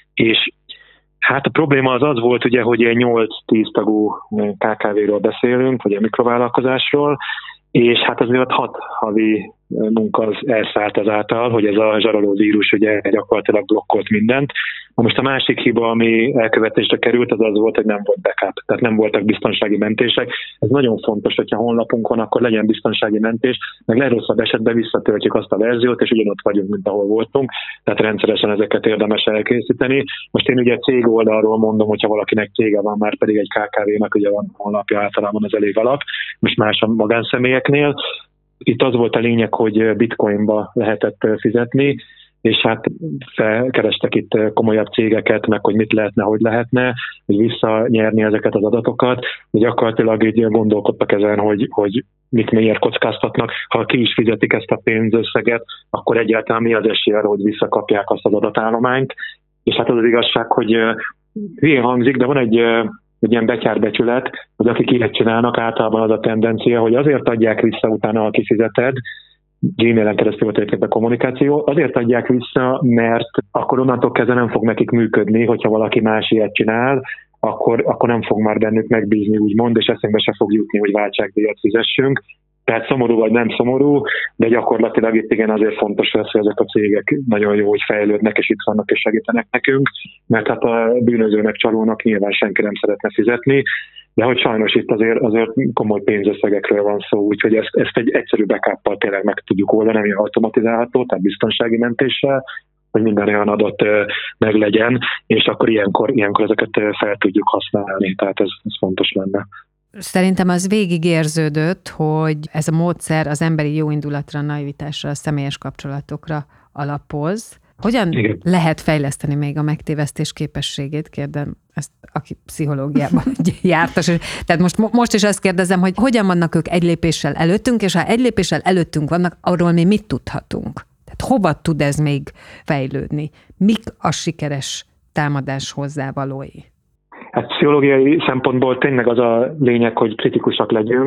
és hát a probléma az az volt, ugye, hogy ilyen nyolc-tíz tagú ká ká véről beszélünk, vagy a mikrovállalkozásról, és hát azért hat havi munka az elszállt ezáltal, hogy ez a zsaroló vírus ugye gyakorlatilag blokkolt mindent. Most a másik hiba, ami elkövetésre került, az az volt, hogy nem volt backup, tehát nem voltak biztonsági mentések. Ez nagyon fontos, hogyha honlapunkon, akkor legyen biztonsági mentés, meg legrosszabb esetben visszatöltjük azt a verziót, és ugyanott vagyunk, mint ahol voltunk, tehát rendszeresen ezeket érdemes elkészíteni. Most én ugye cég oldalról mondom, hogyha valakinek cége van, már pedig egy ká ká vének ugye van honlapja, általában az elég alap, most más a magánszemélyeknél. Itt az volt a lényeg, hogy bitcoinba lehetett fizetni, és hát felkerestek itt komolyabb cégeket, meg hogy mit lehetne, hogy lehetne, hogy visszanyerni ezeket az adatokat, hogy gyakorlatilag így gondolkodtak ezen, hogy, hogy mit miért kockáztatnak. Ha ki is fizetik ezt a pénzösszeget, akkor egyáltalán mi az esély arra, hogy visszakapják azt az adatállományt. És hát az az igazság, hogy hülyén hangzik, de van egy egy ilyen betyárbecsület, hogy akik ilyet csinálnak, általában az a tendencia, hogy azért adják vissza utána, ha kifizeted, Gmailen keresztül volt a kommunikáció, azért adják vissza, mert akkor onnantól kezdve nem fog nekik működni, hogyha valaki más ilyet csinál, akkor, akkor nem fog már bennük megbízni, úgymond, és eszünkbe se fog jutni, hogy váltságdíjat fizessünk. Tehát szomorú vagy nem szomorú, de gyakorlatilag itt igen azért fontos lesz, hogy ezek a cégek nagyon jó, hogy fejlődnek, és itt vannak, és segítenek nekünk, mert hát a bűnözőnek, csalónak nyilván senki nem szeretne fizetni, de hogy sajnos itt azért, azért komoly pénzösszegekről van szó, úgyhogy ezt, ezt egy egyszerű backuppal tényleg meg tudjuk oldani, ami automatizálható, tehát biztonsági mentéssel, hogy minden olyan adat meglegyen, és akkor ilyenkor, ilyenkor ezeket fel tudjuk használni, tehát ez, ez fontos lenne. Szerintem az végig érződött, hogy ez a módszer az emberi jóindulatra, naivitásra, a személyes kapcsolatokra alapoz. Hogyan Igen. lehet fejleszteni még a megtévesztés képességét? Kérdem ezt, aki pszichológiában jártas. Tehát most, most is azt kérdezem, hogy hogyan vannak ők egy lépéssel előttünk, és ha egy lépéssel előttünk vannak, arról mi mit tudhatunk? Tehát hova tud ez még fejlődni? Mik a sikeres támadás hozzávalói? Hát pszichológiai szempontból tényleg az a lényeg, hogy kritikusak legyünk,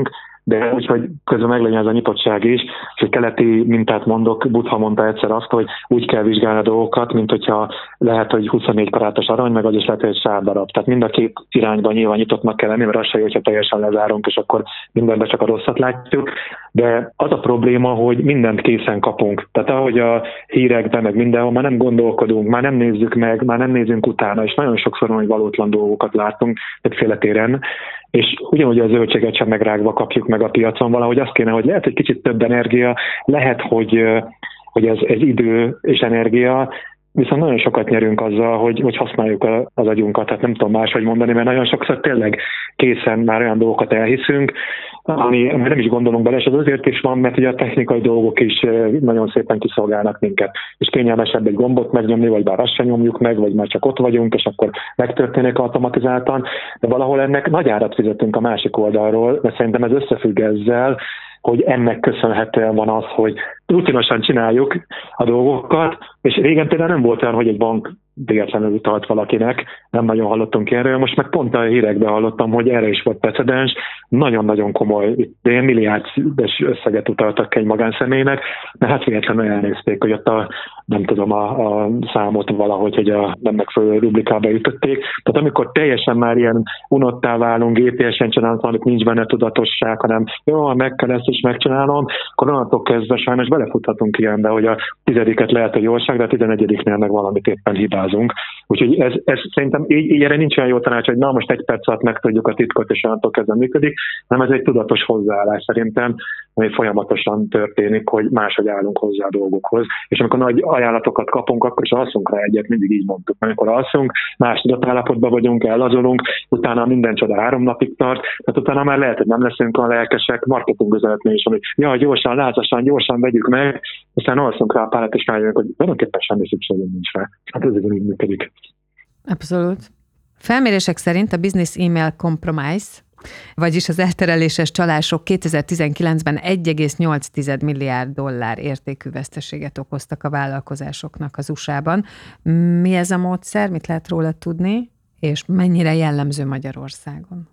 de úgyhogy közben meglegyen ez a nyitottság is, és egy keleti mintát mondok, Buddha mondta egyszer azt, hogy úgy kell vizsgálni a dolgokat, mint hogyha lehet, hogy huszonnégy karátos arany, meg az is lehet, hogy egy sárdarab. Tehát mind a két irányban nyilván nyitottnak kell lenni, mert az se jó, hogyha teljesen lezárunk, és akkor mindenben csak a rosszat látjuk. De az a probléma, hogy mindent készen kapunk. Tehát ahogy a hírekben, meg mindenhol már nem gondolkodunk, már nem nézzük meg, már nem nézünk utána, és nagyon sokszor van, hogy valótlan dolgokat látunk egyféle téren, és ugyanúgy a zöldséget sem megrágva kapjuk meg a piacon, valahogy azt kéne, hogy lehet, hogy kicsit több energia, lehet, hogy, hogy ez, ez idő és energia, viszont nagyon sokat nyerünk azzal, hogy, hogy használjuk az agyunkat, tehát nem tudom máshogy mondani, mert nagyon sokszor tényleg készen már olyan dolgokat elhiszünk, ami, ami nem is gondolunk bele, és az azért is van, mert ugye a technikai dolgok is nagyon szépen kiszolgálnak minket, és kényelmesebb egy gombot megnyomni, vagy bár azt sem nyomjuk meg, vagy már csak ott vagyunk, és akkor megtörténik automatizáltan, de valahol ennek nagy árat fizetünk a másik oldalról, mert szerintem ez összefügg ezzel, hogy ennek köszönhetően van az, hogy rutinosan csináljuk a dolgokat, és régen például nem volt olyan, hogy egy bank véletlenül utalt valakinek, nem nagyon hallottunk erről, most meg pont a hírekben hallottam, hogy erre is volt precedens, nagyon-nagyon komoly, ilyen milliárdos összeget utaltak egy magánszemélynek, de hát véletlenül elnézték, hogy ott a, nem tudom, a, a számot valahogy, hogy a nem megfelelő rubrikába ütötték. Tehát amikor teljesen már ilyen unottá válunk, gé pé es-en csinálunk valamit, nincs benne tudatosság, hanem jó, meg kell ezt is megcsinálnom, akkor onnantól kezdve sajnos belefuthatunk ilyenbe, hogy a tizediket lehet a jóság, de a tizenegyediknél meg valamit éppen hibázunk. Úgyhogy ez, ez szerintem így, így erre nincs olyan jó tanács, hogy na most egy perc alatt megtudjuk a titkot, és onnantól kezdve működik, hanem ez egy tudatos hozzáállás szerintem, ami folyamatosan történik, hogy máshogy állunk hozzá a dolgokhoz. És amikor nagy ajánlatokat kapunk, akkor is alszunk rá egyet, mindig így mondtuk. Amikor alszunk, más tudatállapotban vagyunk, ellazulunk, utána minden csoda három napig tart, tehát utána már lehet, hogy nem leszünk a lelkesek, marketing üzenetnél is, hogy ja, gyorsan, lázasan, gyorsan vegyük meg, aztán alszunk rá a párat, és rájönnek, hogy tulajdonképpen semmi szükségünk nincs rá. Hát ez így működik. Abszolút. Felmérések szerint a Business Email Compromise, vagyis az eltereléses csalások kétezer-tizenkilencben egy egész nyolc milliárd dollár értékű veszteséget okoztak a vállalkozásoknak az u es á-ban. Mi ez a módszer, mit lehet róla tudni, és mennyire jellemző Magyarországon?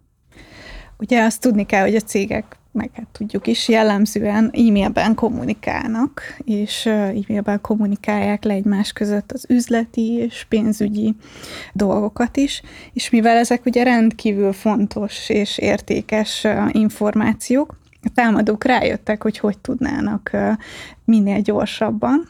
Ugye azt tudni kell, hogy a cégek, meg hát tudjuk is, jellemzően e-mailben kommunikálnak, és e-mailben kommunikálják le egymás között az üzleti és pénzügyi dolgokat is, és mivel ezek ugye rendkívül fontos és értékes információk, a támadók rájöttek, hogy hogy tudnának minél gyorsabban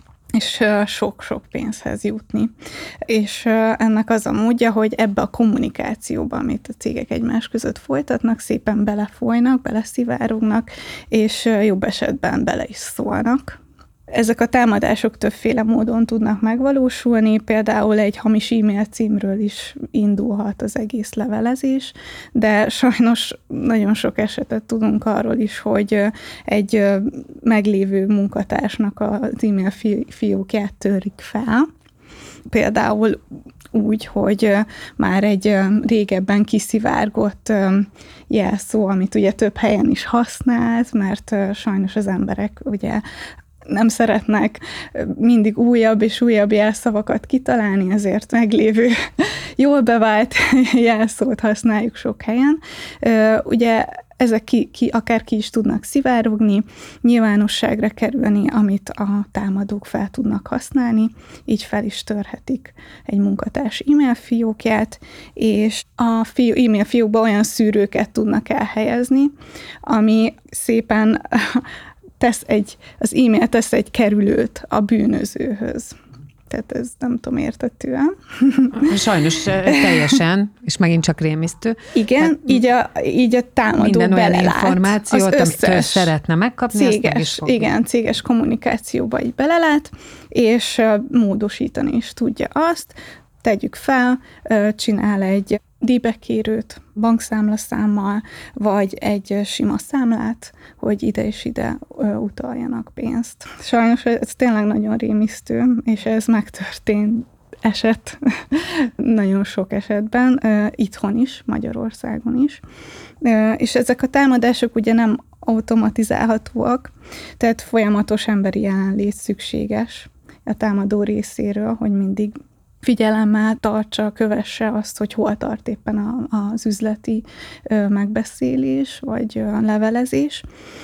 és sok-sok pénzhez jutni. És ennek az a módja, hogy ebbe a kommunikációba, amit a cégek egymás között folytatnak, szépen belefolynak, beleszivárognak, és jobb esetben bele is szólnak. Ezek a támadások többféle módon tudnak megvalósulni, például egy hamis e-mail címről is indulhat az egész levelezés, de sajnos nagyon sok esetet tudunk arról is, hogy egy meglévő munkatársnak az e-mail fiókját törik fel. Például úgy, hogy már egy régebben kiszivárgott jelszó, amit ugye több helyen is használt, mert sajnos az emberek ugye nem szeretnek mindig újabb és újabb jelszavakat kitalálni, ezért meglévő, jól bevált jelszót használjuk sok helyen. Ugye ezek ki, ki, akár ki is tudnak szivárogni, nyilvánosságra kerülni, amit a támadók fel tudnak használni, így fel is törhetik egy munkatárs e-mail fiókját, és a fiú, e-mail fiókba olyan szűrőket tudnak elhelyezni, ami szépen tesz egy, az e-mail tesz egy kerülőt a bűnözőhöz. Tehát ez nem tudom, értetően. Sajnos teljesen, és megint csak rémisztő. Igen, hát, így, a, így a támadó minden belelát. Minden olyan információt, amit szeretne megkapni, céges, azt meg is fogja. Igen, céges kommunikációba így belelát, és módosítani is tudja azt. Tegyük fel, csinál egy díjbekérőt bankszámlaszámmal, vagy egy sima számlát, hogy ide és ide utaljanak pénzt. Sajnos ez tényleg nagyon rémisztő, és ez megtörtént eset nagyon sok esetben, itthon is, Magyarországon is. És ezek a támadások ugye nem automatizálhatóak, tehát folyamatos emberi jelenlét szükséges a támadó részéről, hogy mindig figyelemmel tartsa, kövesse azt, hogy hol tart éppen a, az üzleti megbeszélés, vagy levelezés,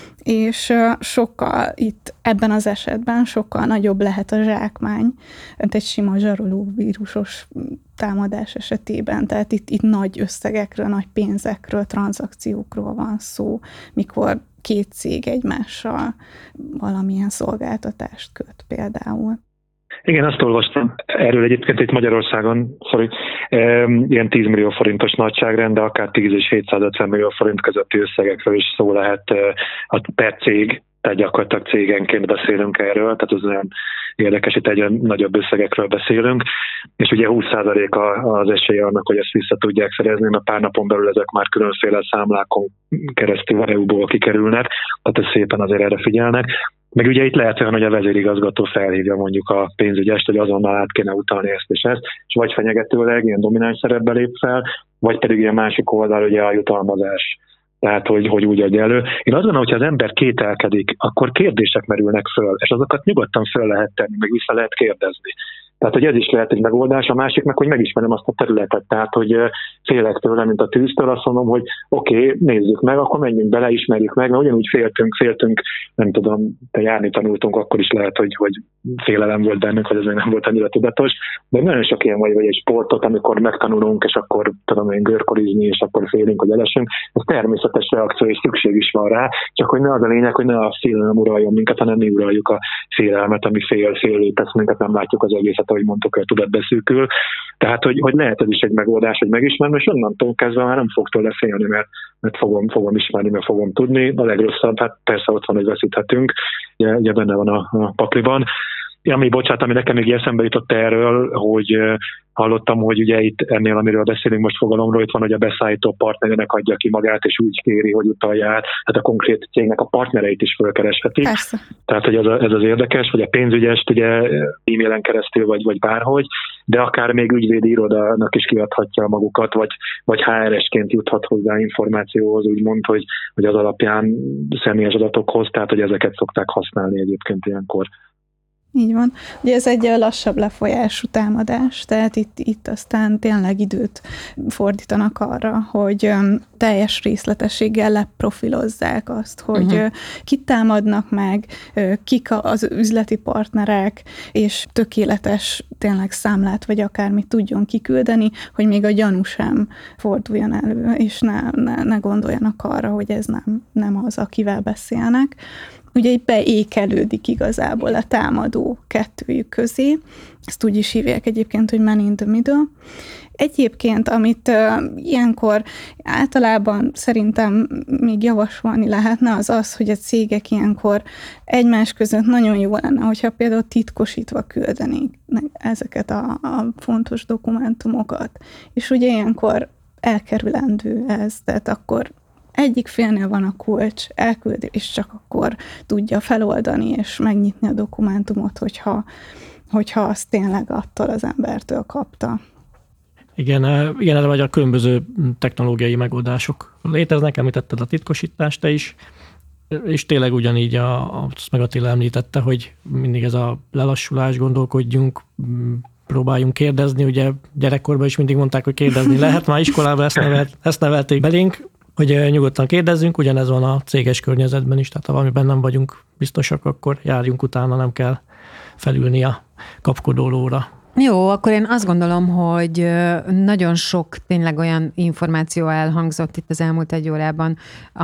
és sokkal itt ebben az esetben sokkal nagyobb lehet a zsákmány, mint egy sima zsaroló vírusos támadás esetében. Tehát itt, itt nagy összegekről, nagy pénzekről, tranzakciókról van szó, mikor két cég egymással valamilyen szolgáltatást köt például. Igen, azt olvastam. Erről egyébként itt Magyarországon, sorry, ilyen tíz millió forintos nagyságrend, de akár tíz és hétszázötven millió forint közötti összegekről is szó lehet per cég, tehát gyakorlatilag cégenként beszélünk erről, tehát az olyan érdekes, itt egy nagyobb összegekről beszélünk, és ugye húsz százalék az esélye annak, hogy ezt vissza tudják szerezni, mert pár napon belül ezek már különféle számlákon keresztül é u-ból kikerülnek, tehát ez szépen azért erre figyelnek. Meg ugye itt lehet olyan, hogy a vezérigazgató felhívja mondjuk a pénzügyest, hogy azonnal át kéne utalni ezt és ezt, és vagy fenyegetőleg ilyen domináns szerepbe lép fel, vagy pedig ilyen másik oldal ugye a jutalmazás. Tehát, hogy, hogy úgy adja elő. Én azt gondolom, hogy ha az ember kételkedik, akkor kérdések merülnek föl, és azokat nyugodtan föl lehet tenni, meg vissza lehet kérdezni. Tehát, hogy ez is lehet egy megoldás, a másik meg, hogy megismerem azt a területet, tehát, hogy félek tőle, mint a tűztől, azt mondom, hogy oké, okay, nézzük meg, akkor menjünk bele, ismerjük meg, mert ugyanúgy féltünk, féltünk, nem tudom, de járni tanultunk, akkor is lehet, hogy, hogy félelem volt bennünk, hogy ez még nem volt annyira tudatos, de nagyon sok ilyen vagy, vagy egy sportot, amikor megtanulunk, és akkor tudom én görkorizni, és akkor félünk, hogy elesünk, ez természetes reakció, és szükség is van rá, csak hogy ne az a lényeg, hogy ne a félelem uraljon minket, hanem mi uraljuk a félelmet, ami fél, fél lépesz minket, nem látjuk az egészet, ahogy mondtuk, hogy tudat beszűkül. Tehát, hogy, hogy lehet ez is egy megoldás, hogy megismerni, és onnantól kezdve már nem fog tőle félni, mert, mert fogom, fogom ismerni, mert fogom tudni. A legrosszabb, hát persze ott van, hogy veszíthetünk, ugye, ugye benne van a, a pakliban. Ami, bocsánat, ami nekem még eszembe jutott erről, hogy hallottam, hogy ugye itt ennél, amiről beszélünk most fogalomról, itt van, hogy a beszállító partnerének adja ki magát, és úgy kéri, hogy utalja át, hát a konkrét cégnek a partnereit is fölkereshetik. Persze. Tehát, hogy ez, a, ez az érdekes, hogy a pénzügyest ugye e-mailen keresztül, vagy, vagy bárhogy, de akár még ügyvédi irodának is kiadhatja magukat, vagy, vagy há er es-ként juthat hozzá információhoz, úgymond, hogy, hogy az alapján személyes adatokhoz, tehát, hogy ezeket szokták használni egyébként ilyenkor. Így van. Ugye ez egy lassabb lefolyású támadás, tehát itt, itt aztán tényleg időt fordítanak arra, hogy teljes részletességgel leprofilozzák azt, hogy uh-huh. kit támadnak meg, kik az üzleti partnerek, és tökéletes tényleg számlát, vagy akármit tudjon kiküldeni, hogy még a gyanú sem forduljon elő, és ne, ne, ne gondoljanak arra, hogy ez nem, nem az, akivel beszélnek. Ugye itt beékelődik igazából a támadó kettőjük közé. Ezt úgy is hívják egyébként, hogy man in the middle. Egyébként, amit uh, ilyenkor általában szerintem még javasolni lehetne, az az, hogy a cégek ilyenkor egymás között nagyon jó lenne, hogyha például titkosítva küldenék ezeket a, a fontos dokumentumokat. És ugye ilyenkor elkerülendő ez, tehát akkor egyik félnél van a kulcs, elküldi, és csak akkor tudja feloldani és megnyitni a dokumentumot, hogyha, hogyha azt tényleg attól az embertől kapta. Igen, igen, erre vagy a különböző technológiai megoldások léteznek, említetted a titkosítást te is, és tényleg ugyanígy, a, azt meg Attila említette, hogy mindig ez a lelassulás, gondolkodjunk, próbáljunk kérdezni, ugye gyerekkorban is mindig mondták, hogy kérdezni lehet, már iskolában ezt, nevelt, ezt nevelték belénk, hogy nyugodtan kérdezzünk, ugyanez van a céges környezetben is, tehát ha valamiben nem vagyunk biztosak, akkor járjunk utána, nem kell felülni a kapkodólóra. Jó, akkor én azt gondolom, hogy nagyon sok tényleg olyan információ elhangzott itt az elmúlt egy órában,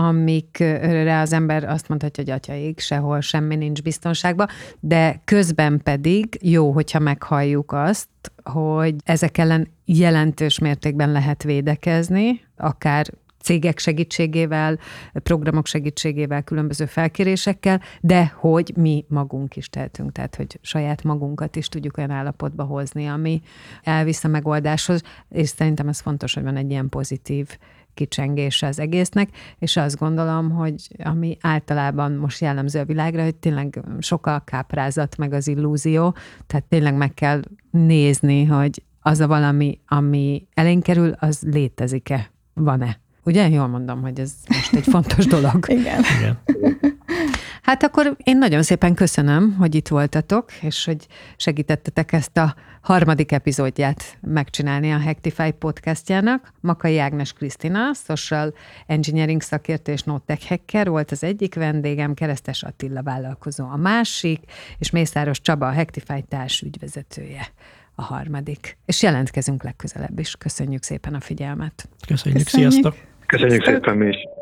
amikre az ember azt mondhatja, hogy atyaig, sehol semmi nincs biztonságban, de közben pedig jó, hogyha meghalljuk azt, hogy ezek ellen jelentős mértékben lehet védekezni, akár cégek segítségével, programok segítségével, különböző felkérésekkel, de hogy mi magunk is tehetünk, tehát hogy saját magunkat is tudjuk olyan állapotba hozni, ami elvisz a megoldáshoz, és szerintem ez fontos, hogy van egy ilyen pozitív kicsengése az egésznek, és azt gondolom, hogy ami általában most jellemző a világra, hogy tényleg sok a káprázat, meg az illúzió, tehát tényleg meg kell nézni, hogy az a valami, ami elénk kerül, az létezik-e, van-e. Ugye? Jól mondom, hogy ez most egy fontos dolog. Igen. Igen. Hát akkor én nagyon szépen köszönöm, hogy itt voltatok, és hogy segítettetek ezt a harmadik epizódját megcsinálni a Hacktify podcastjának. Makai Ágnes Krisztina, social engineering szakértő és NoteTech hacker volt az egyik vendégem, Keresztes Attila vállalkozó a másik, és Mészáros Csaba, a Hacktify társügyvezetője a harmadik. És jelentkezünk legközelebb is. Köszönjük szépen a figyelmet. Köszönjük, Köszönjük. Sziasztok! Köszönjük szépen mi is!